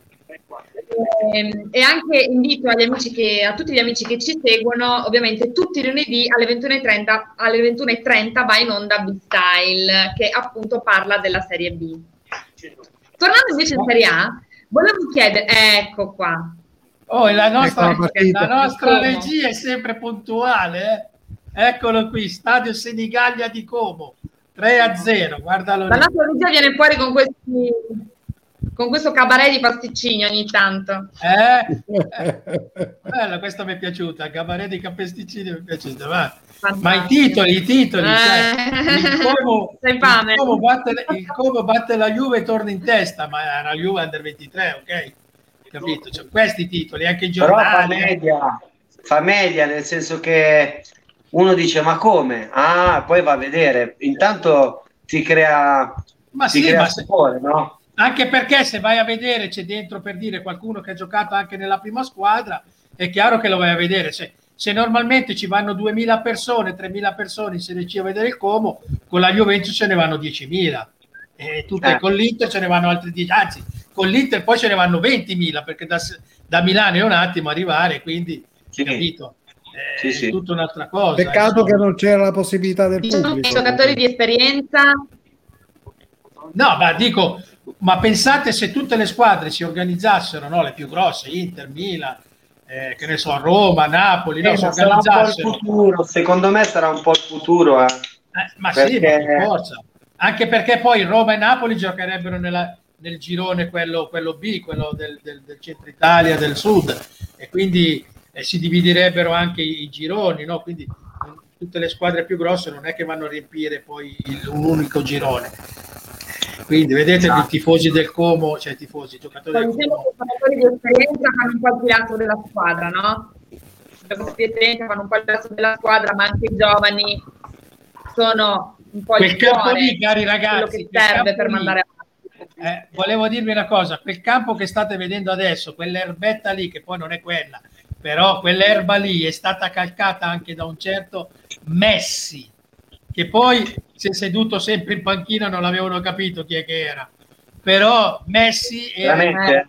E, e anche invito agli amici che, a tutti gli amici che ci seguono, ovviamente tutti i lunedì alle ventuno e trenta, alle ventuno e trenta va in onda B-Style, che appunto parla della Serie B. Tornando invece in Serie A, volevo chiedere, ecco qua. Oh, la nostra, ecco la nostra regia è sempre puntuale, eh? Eccolo qui, Stadio Senigallia di Como, tre a zero, guardalo lì. La nostra regia viene fuori con questi... con questo cabaret di pasticcini ogni tanto. Eh? Bella, questa mi è piaciuta, il cabaret di pasticcini mi è piaciuta, va. Ma i titoli, i titoli, eh. Cioè, il, Como, il, Como batte, il Como batte la Juve e torna in testa, ma è una Juve Under ventitré, ok? Capito? Cioè, questi titoli, anche i giornali. Però fa media, fa media, nel senso che uno dice, ma come? Ah, poi va a vedere. Intanto ti crea, ma ti sì, crea ma sapore, se... no? Anche perché se vai a vedere c'è dentro, per dire, qualcuno che ha giocato anche nella prima squadra, è chiaro che lo vai a vedere. Se, se normalmente ci vanno duemila persone, tremila persone in Serie C a vedere il Como, con la Juventus ce ne vanno diecimila. E tutte, eh. Con l'Inter ce ne vanno altri dieci, anzi, con l'Inter poi ce ne vanno ventimila, perché da, da Milano è un attimo arrivare, quindi, sì. Capito? È sì, sì. Tutta un'altra cosa. Peccato che non c'era la possibilità del diciamo pubblico. I giocatori di esperienza... No, ma dico... Ma pensate se tutte le squadre si organizzassero, no? Le più grosse, Inter, Milan, eh, che ne so, Roma, Napoli, no? Eh, Si sarà un po' il organizzassero. futuro, secondo me sarà un po' il futuro. Eh. Eh, ma perché... sì, ma per forza. Anche perché poi Roma e Napoli giocherebbero nella, nel girone quello, quello B, quello del, del, del centro Italia, del sud, e quindi eh, si dividerebbero anche i, i gironi, no? Quindi tutte le squadre più grosse non è che vanno a riempire poi il, un unico girone. Quindi vedete i tifosi del Como, cioè i tifosi, i giocatori del Como. I giocatori di esperienza fanno un po' il pilastro della squadra, no? I giocatori di esperienza fanno un po' il pilastro della squadra, ma anche i giovani sono un po' quel il campo cuore, lì, cari ragazzi, quello che serve per lì, mandare avanti. Eh, volevo dirvi una cosa, quel campo che state vedendo adesso, quell'erbetta lì, che poi non è quella, però quell'erba lì è stata calcata anche da un certo Messi, che poi si è seduto sempre in panchina, non l'avevano capito chi è che era, però Messi era...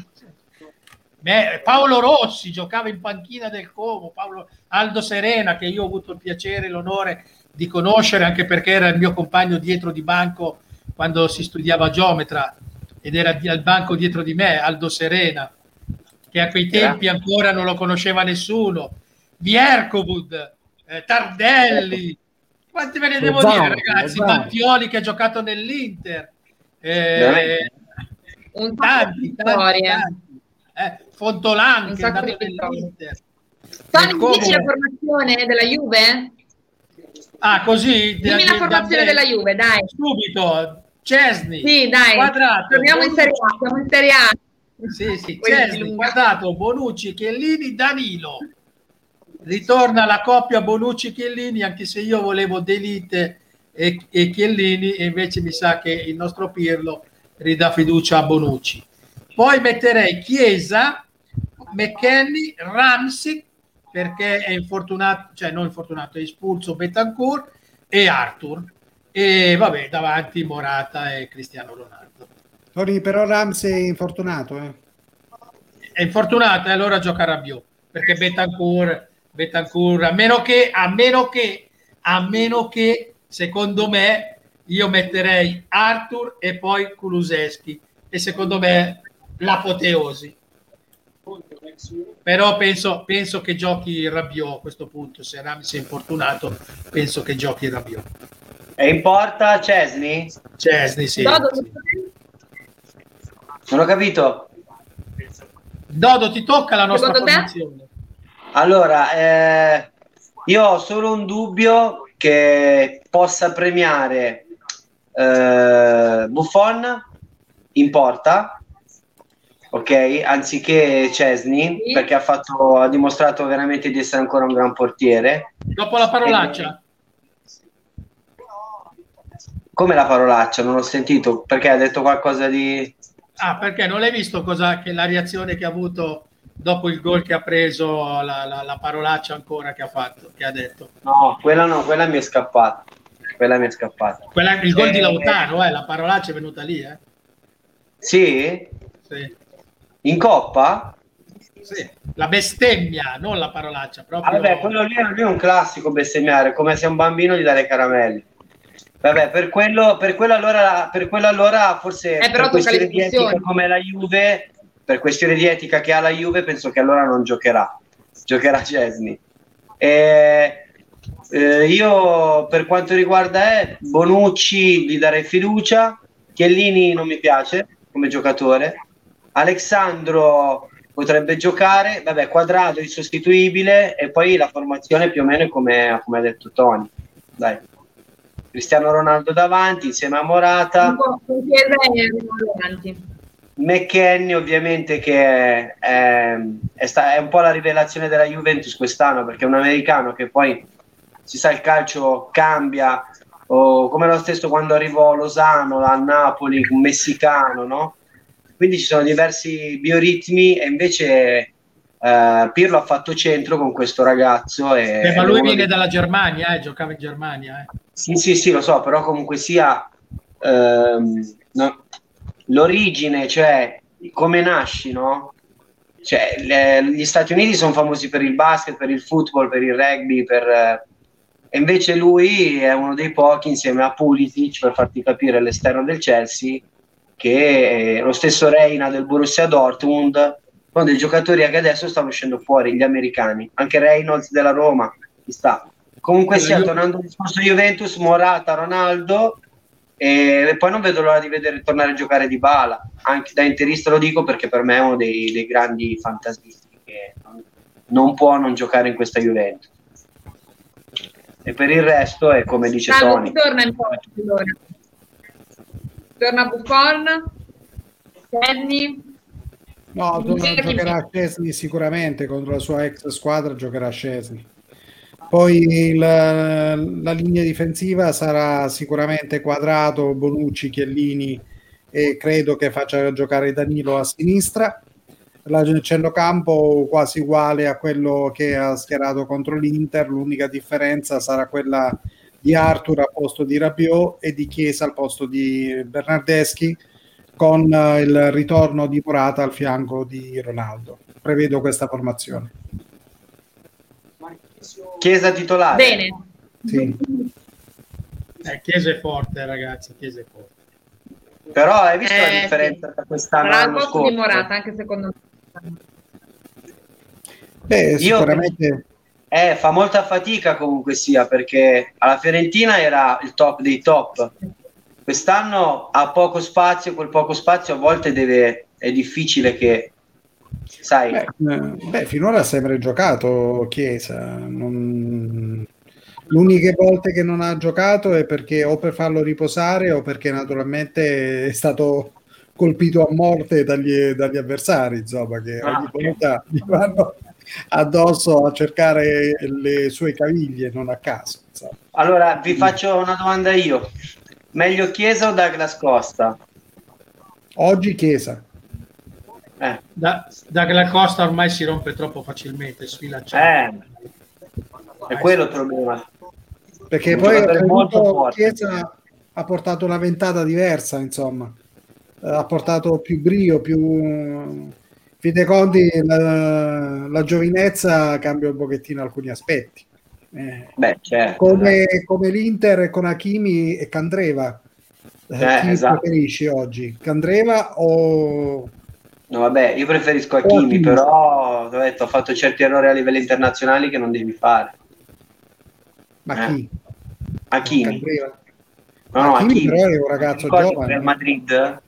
Paolo Rossi giocava in panchina del Como, Paolo, Aldo Serena, che io ho avuto il piacere e l'onore di conoscere, anche perché era il mio compagno dietro di banco quando si studiava geometra, ed era al banco dietro di me, Aldo Serena, che a quei tempi ancora non lo conosceva nessuno, Viercovud, eh, Tardelli, quanti ve ne devo Zano, dire, ragazzi, Zano. Mattioli che ha giocato nell'Inter, eh, un tanti, tanti, tanti. Eh, Fontolan un che è sacco andato di nell'Inter. Tony, Nel Como- dici la formazione della Juve? Ah, così? Dimmi la formazione della Juve, dai. Subito, Szczesny, Sì, dai. Quadrato, Torniamo in Serie A, siamo in Serie A. sì, sì, Quelli Szczesny, lunghi. Quadrato, Bonucci, Chiellini, Danilo. Ritorna la coppia Bonucci-Chiellini, anche se io volevo D'Elite e, e Chiellini, e invece mi sa che il nostro Pirlo ridà fiducia a Bonucci. Poi metterei Chiesa, McKennie, Ramsey, perché è infortunato, cioè non infortunato, è espulso Betancourt, e Arthur. E vabbè, davanti Morata e Cristiano Ronaldo. Tony, però Ramsey è infortunato, eh? È infortunato e allora gioca Rabiot, perché Betancourt, Betancourt a meno che, a meno che, a meno che, secondo me, io metterei Arthur e poi Kulusevski, e secondo me l'apoteosi. Però penso, penso che giochi Rabiot a questo punto. Se Ramsey è infortunato, penso che giochi Rabiot. E in porta Szczesny? Szczesny, sì, Dodo, sì. Non ho capito. Dodo, ti tocca la nostra Secondo te? formazione. Allora, eh, io ho solo un dubbio che possa premiare eh, Buffon in porta, ok, anziché Szczesny, Sì. perché ha, fatto, ha dimostrato veramente di essere ancora un gran portiere. Dopo la parolaccia. Come la parolaccia? Non ho sentito, perché ha detto qualcosa di... Ah, perché non l'hai visto cosa, che la reazione che ha avuto dopo il gol che ha preso, la, la, la parolaccia ancora che ha fatto, che ha detto? No, quella no, quella mi è scappata. Quella mi è scappata. Quella, il gol Eh, di Lautaro, eh, la parolaccia è venuta lì, eh? Sì? Sì. In Coppa? Sì. La bestemmia, non la parolaccia. Proprio... Vabbè, quello lì, lì è un classico bestemmiare, come se a un bambino gli dare caramelle. Vabbè, per quello, per quello allora, per quello allora forse Eh, però per tocca le questione di etica discussioni. come la Juve, per questione di etica che ha la Juve, penso che allora non giocherà. Giocherà Szczesny. E, eh, io per quanto riguarda eh, Bonucci gli darei fiducia, Chiellini non mi piace come giocatore, Alexandro potrebbe giocare, vabbè, Quadrato insostituibile, e poi la formazione più o meno è come, come ha detto Tony. Dai. Cristiano Ronaldo davanti insieme a Morata, Un po' con Chiesa e Ronaldo davanti. McKennie ovviamente che è, è, è, sta, è un po' la rivelazione della Juventus quest'anno, perché è un americano che poi si sa il calcio cambia, o come lo stesso quando arrivò Lozano al Napoli, un messicano, no? Quindi ci sono diversi bioritmi, e invece eh, Pirlo ha fatto centro con questo ragazzo. E, Beh, ma lui viene dei... dalla Germania, eh, giocava in Germania. Eh. Sì, sì, sì, lo so, però comunque sia ehm, no, l'origine, cioè come nasci, no? Cioè, le, gli Stati Uniti sono famosi per il basket, per il football, per il rugby, per, eh, e invece lui è uno dei pochi, insieme a Pulisic, per farti capire l'esterno del Chelsea, che è lo stesso Reina del Borussia Dortmund, sono dei giocatori che adesso stanno uscendo fuori, gli americani, anche Reynolds della Roma, chi sta. Comunque sia, tornando al discorso Juventus, Morata, Ronaldo, e poi non vedo l'ora di vedere tornare a giocare Dybala, anche da interista lo dico perché per me è uno dei, dei grandi fantasisti che non, non può non giocare in questa Juventus. E per il resto è come dice Salvo, Tony. Torna in porta, allora. Torna Buffon, Kenny. No, giocherà a Szczesny sicuramente, contro la sua ex squadra giocherà a Szczesny. Poi il, la linea difensiva sarà sicuramente Quadrato, Bonucci, Chiellini e credo che faccia giocare Danilo a sinistra. Il centrocampo quasi uguale a quello che ha schierato contro l'Inter, l'unica differenza sarà quella di Arthur al posto di Rabiot e di Chiesa al posto di Bernardeschi, con il ritorno di Morata al fianco di Ronaldo. Prevedo questa formazione. Chiesa titolare. Bene. Sì. Eh, Chiesa è forte, ragazzi, Chiesa è forte. Però hai visto Eh, la differenza sì. tra quest'anno e Sarà al l'anno posto scorso? di Morata, anche secondo me. Beh, Io sicuramente eh, fa molta fatica comunque sia, perché alla Fiorentina era il top dei top. Quest'anno ha poco spazio, quel poco spazio a volte deve, è difficile che, sai... Beh, beh, finora ha sempre giocato Chiesa. Non... L'unica volte che non ha giocato è perché o per farlo riposare o perché naturalmente è stato colpito a morte dagli, dagli avversari, insomma, che Ah, ogni volta gli vanno addosso a cercare le sue caviglie, non a caso. Insomma. Allora vi faccio una domanda io. Meglio Chiesa o Douglas Costa? Oggi Chiesa. Eh. Da, Douglas Costa ormai si rompe troppo facilmente, sfilacciato. Eh, è quello il problema. Perché Un poi giocatore molto avuto, forte. Chiesa ha portato una ventata diversa, insomma. Ha portato più brio, più... Fin dei conti, la, la giovinezza cambia un pochettino alcuni aspetti. Eh, Beh, certo. come, come l'Inter con Hakimi e Candreva. Eh, Eh, chi esatto. preferisci oggi? Candreva o... No, vabbè, io preferisco Hakimi, Hakimi. però ho detto, ho fatto certi errori a livello internazionali che non devi fare. Ma Eh. chi? Hakimi. Candreva. No, no, Hakimi Hakimi. però è un ragazzo Ricordi giovane. Real Madrid?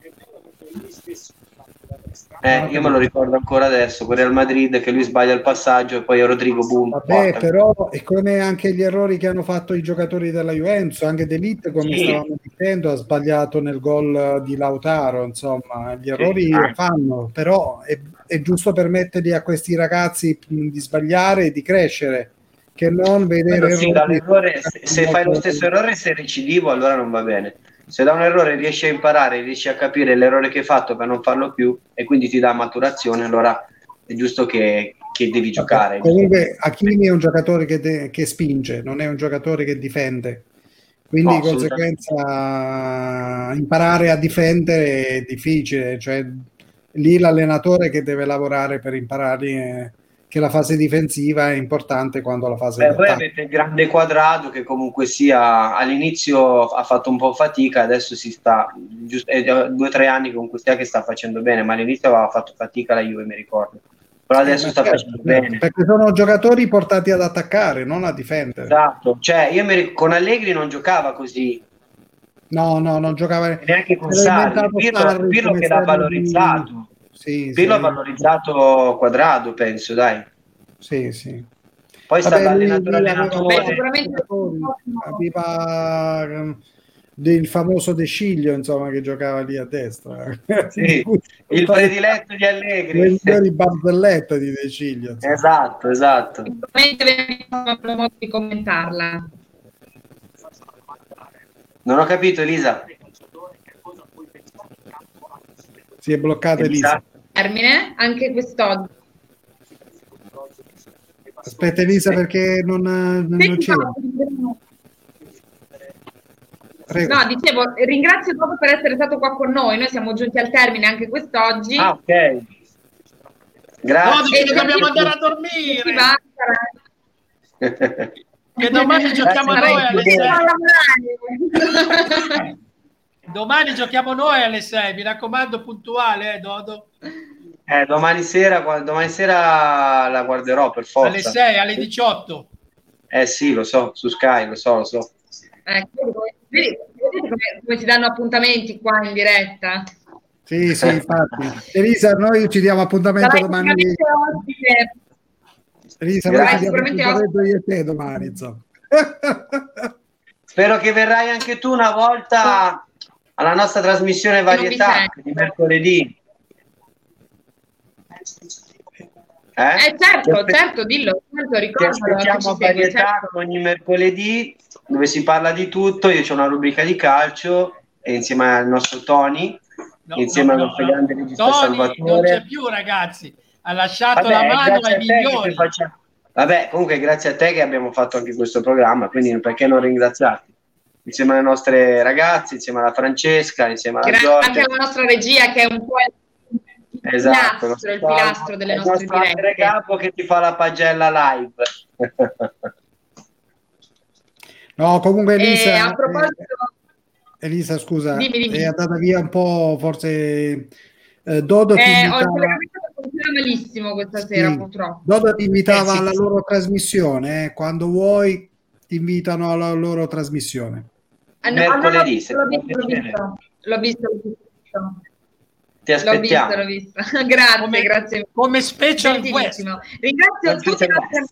Eh, io me lo ricordo ancora adesso, con Real Madrid che lui sbaglia il passaggio e poi Rodrigo boom. Vabbè, porta. però è come anche gli errori che hanno fatto i giocatori della Juventus, anche De Ligt, come Sì. stavamo dicendo, ha sbagliato nel gol di Lautaro, insomma, gli errori Ah. fanno, però è, è giusto permettergli a questi ragazzi mh, di sbagliare e di crescere, che non vedere Quello sì, errori- dall'errore, se, se fai lo stesso errore sei recidivo, allora non va bene. Se da un errore riesci a imparare, riesci a capire l'errore che hai fatto per non farlo più e quindi ti dà maturazione, allora è giusto che, che devi giocare. Comunque Hakimi è un giocatore che, de- che spinge, non è un giocatore che difende, quindi No, di conseguenza imparare a difendere è difficile, cioè lì l'allenatore che deve lavorare per imparare eh, che la fase difensiva è importante quando la fase Beh, di poi attacco. avete il grande Quadrado che comunque sia all'inizio ha fatto un po' fatica, adesso si sta giusto, è due o tre anni comunque sia che sta facendo bene, ma all'inizio aveva fatto fatica la Juve, mi ricordo, però adesso Eh, sta certo, facendo certo, bene. perché sono giocatori portati ad attaccare, non a difendere. Esatto, cioè io mi ric- con Allegri non giocava così, No, no, non giocava neanche con Era Sarri, inventato Pirlo, Sarri Pirlo come che l'ha esterno valorizzato, di- Sì, Pirlo sì. ha valorizzato Quadrado, penso, dai. Sì, sì. Poi sta Vabbè, lui- dall'allenatore lui aveva allenatore. Beh, sicuramente giocatori, aveva ehm, del famoso De Sciglio, insomma, che giocava lì a destra. Sì, il prediletto di Allegri. Le migliori barzellette di De Sciglio, insomma. Esatto, esatto. sicuramente avremo modo di commentarla. Non ho capito, Elisa. Si è bloccata Elisa. Termine anche quest'oggi. Aspetta Elisa perché non, non Sì, c'è. no, Prego. No, dicevo, ringrazio proprio per essere stato qua con noi. Noi siamo giunti al termine anche quest'oggi. Ah, ok. No, Grazie. dice che dobbiamo andare a Si dormire. va, sarà- Che domani giochiamo Grazie, noi alle Renzi. sei. a lavorare. Domani giochiamo noi alle sei, mi raccomando, puntuale, eh, Dodo. Eh, domani sera, qua- domani sera la guarderò per forza. Alle sei, alle diciotto. Eh sì, lo so, su Sky, lo so, lo so. Ecco, vedi, vedete come, come si danno appuntamenti qua in diretta? Sì, sì, infatti. Elisa, noi ci diamo appuntamento Sarai domani. sicuramente ospite. Elisa, Sarai noi ci diamo sicuramente appuntamento io e te domani, insomma. Spero che verrai anche tu una volta alla nostra trasmissione Varietà di mercoledì. Eh, eh certo, certo, dillo, certo, Ti aspettiamo a Varietà certo. Ogni mercoledì, dove si parla di tutto. Io c'ho una rubrica di calcio e insieme al nostro Tony, no, insieme no, al nostro no, grande no. regista Tony Salvatore. Non c'è più, ragazzi, ha lasciato Vabbè, la mano ai migliori. Facciamo... Vabbè, comunque grazie a te che abbiamo fatto anche questo programma, quindi perché non ringraziarti? Insieme alle nostre ragazze, insieme alla Francesca, insieme alla grazie Giorgia. Anche alla nostra regia che è un po' il esatto, pilastro, il pilastro delle nostre dirette. Il capo che ti fa la pagella live. No, comunque Elisa, e a proposito... eh, Elisa scusa, dimmi, dimmi. è andata via un po', forse eh, Dodo ti eh, invitava... ho il collegamento che funziona malissimo questa sì. sera, purtroppo. Dodo ti invitava eh, sì, alla sì. loro trasmissione, eh. Quando vuoi ti invitano alla loro trasmissione. Ah, no, mercoledì, ah, no, l'ho, visto, l'ho, visto, l'ho visto, l'ho visto. Ti aspettiamo. L'ho visto, l'ho visto. Grazie, come, grazie. Come special guest. Ringrazio Non tutti i nostri...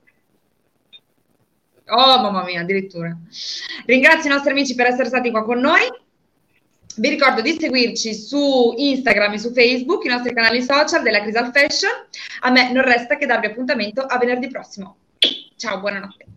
Oh, mamma mia, addirittura. Ringrazio i nostri amici per essere stati qua con noi. Vi ricordo di seguirci su Instagram e su Facebook, i nostri canali social della Crisal Fashion. A me non resta che darvi appuntamento a venerdì prossimo. Ciao, buonanotte.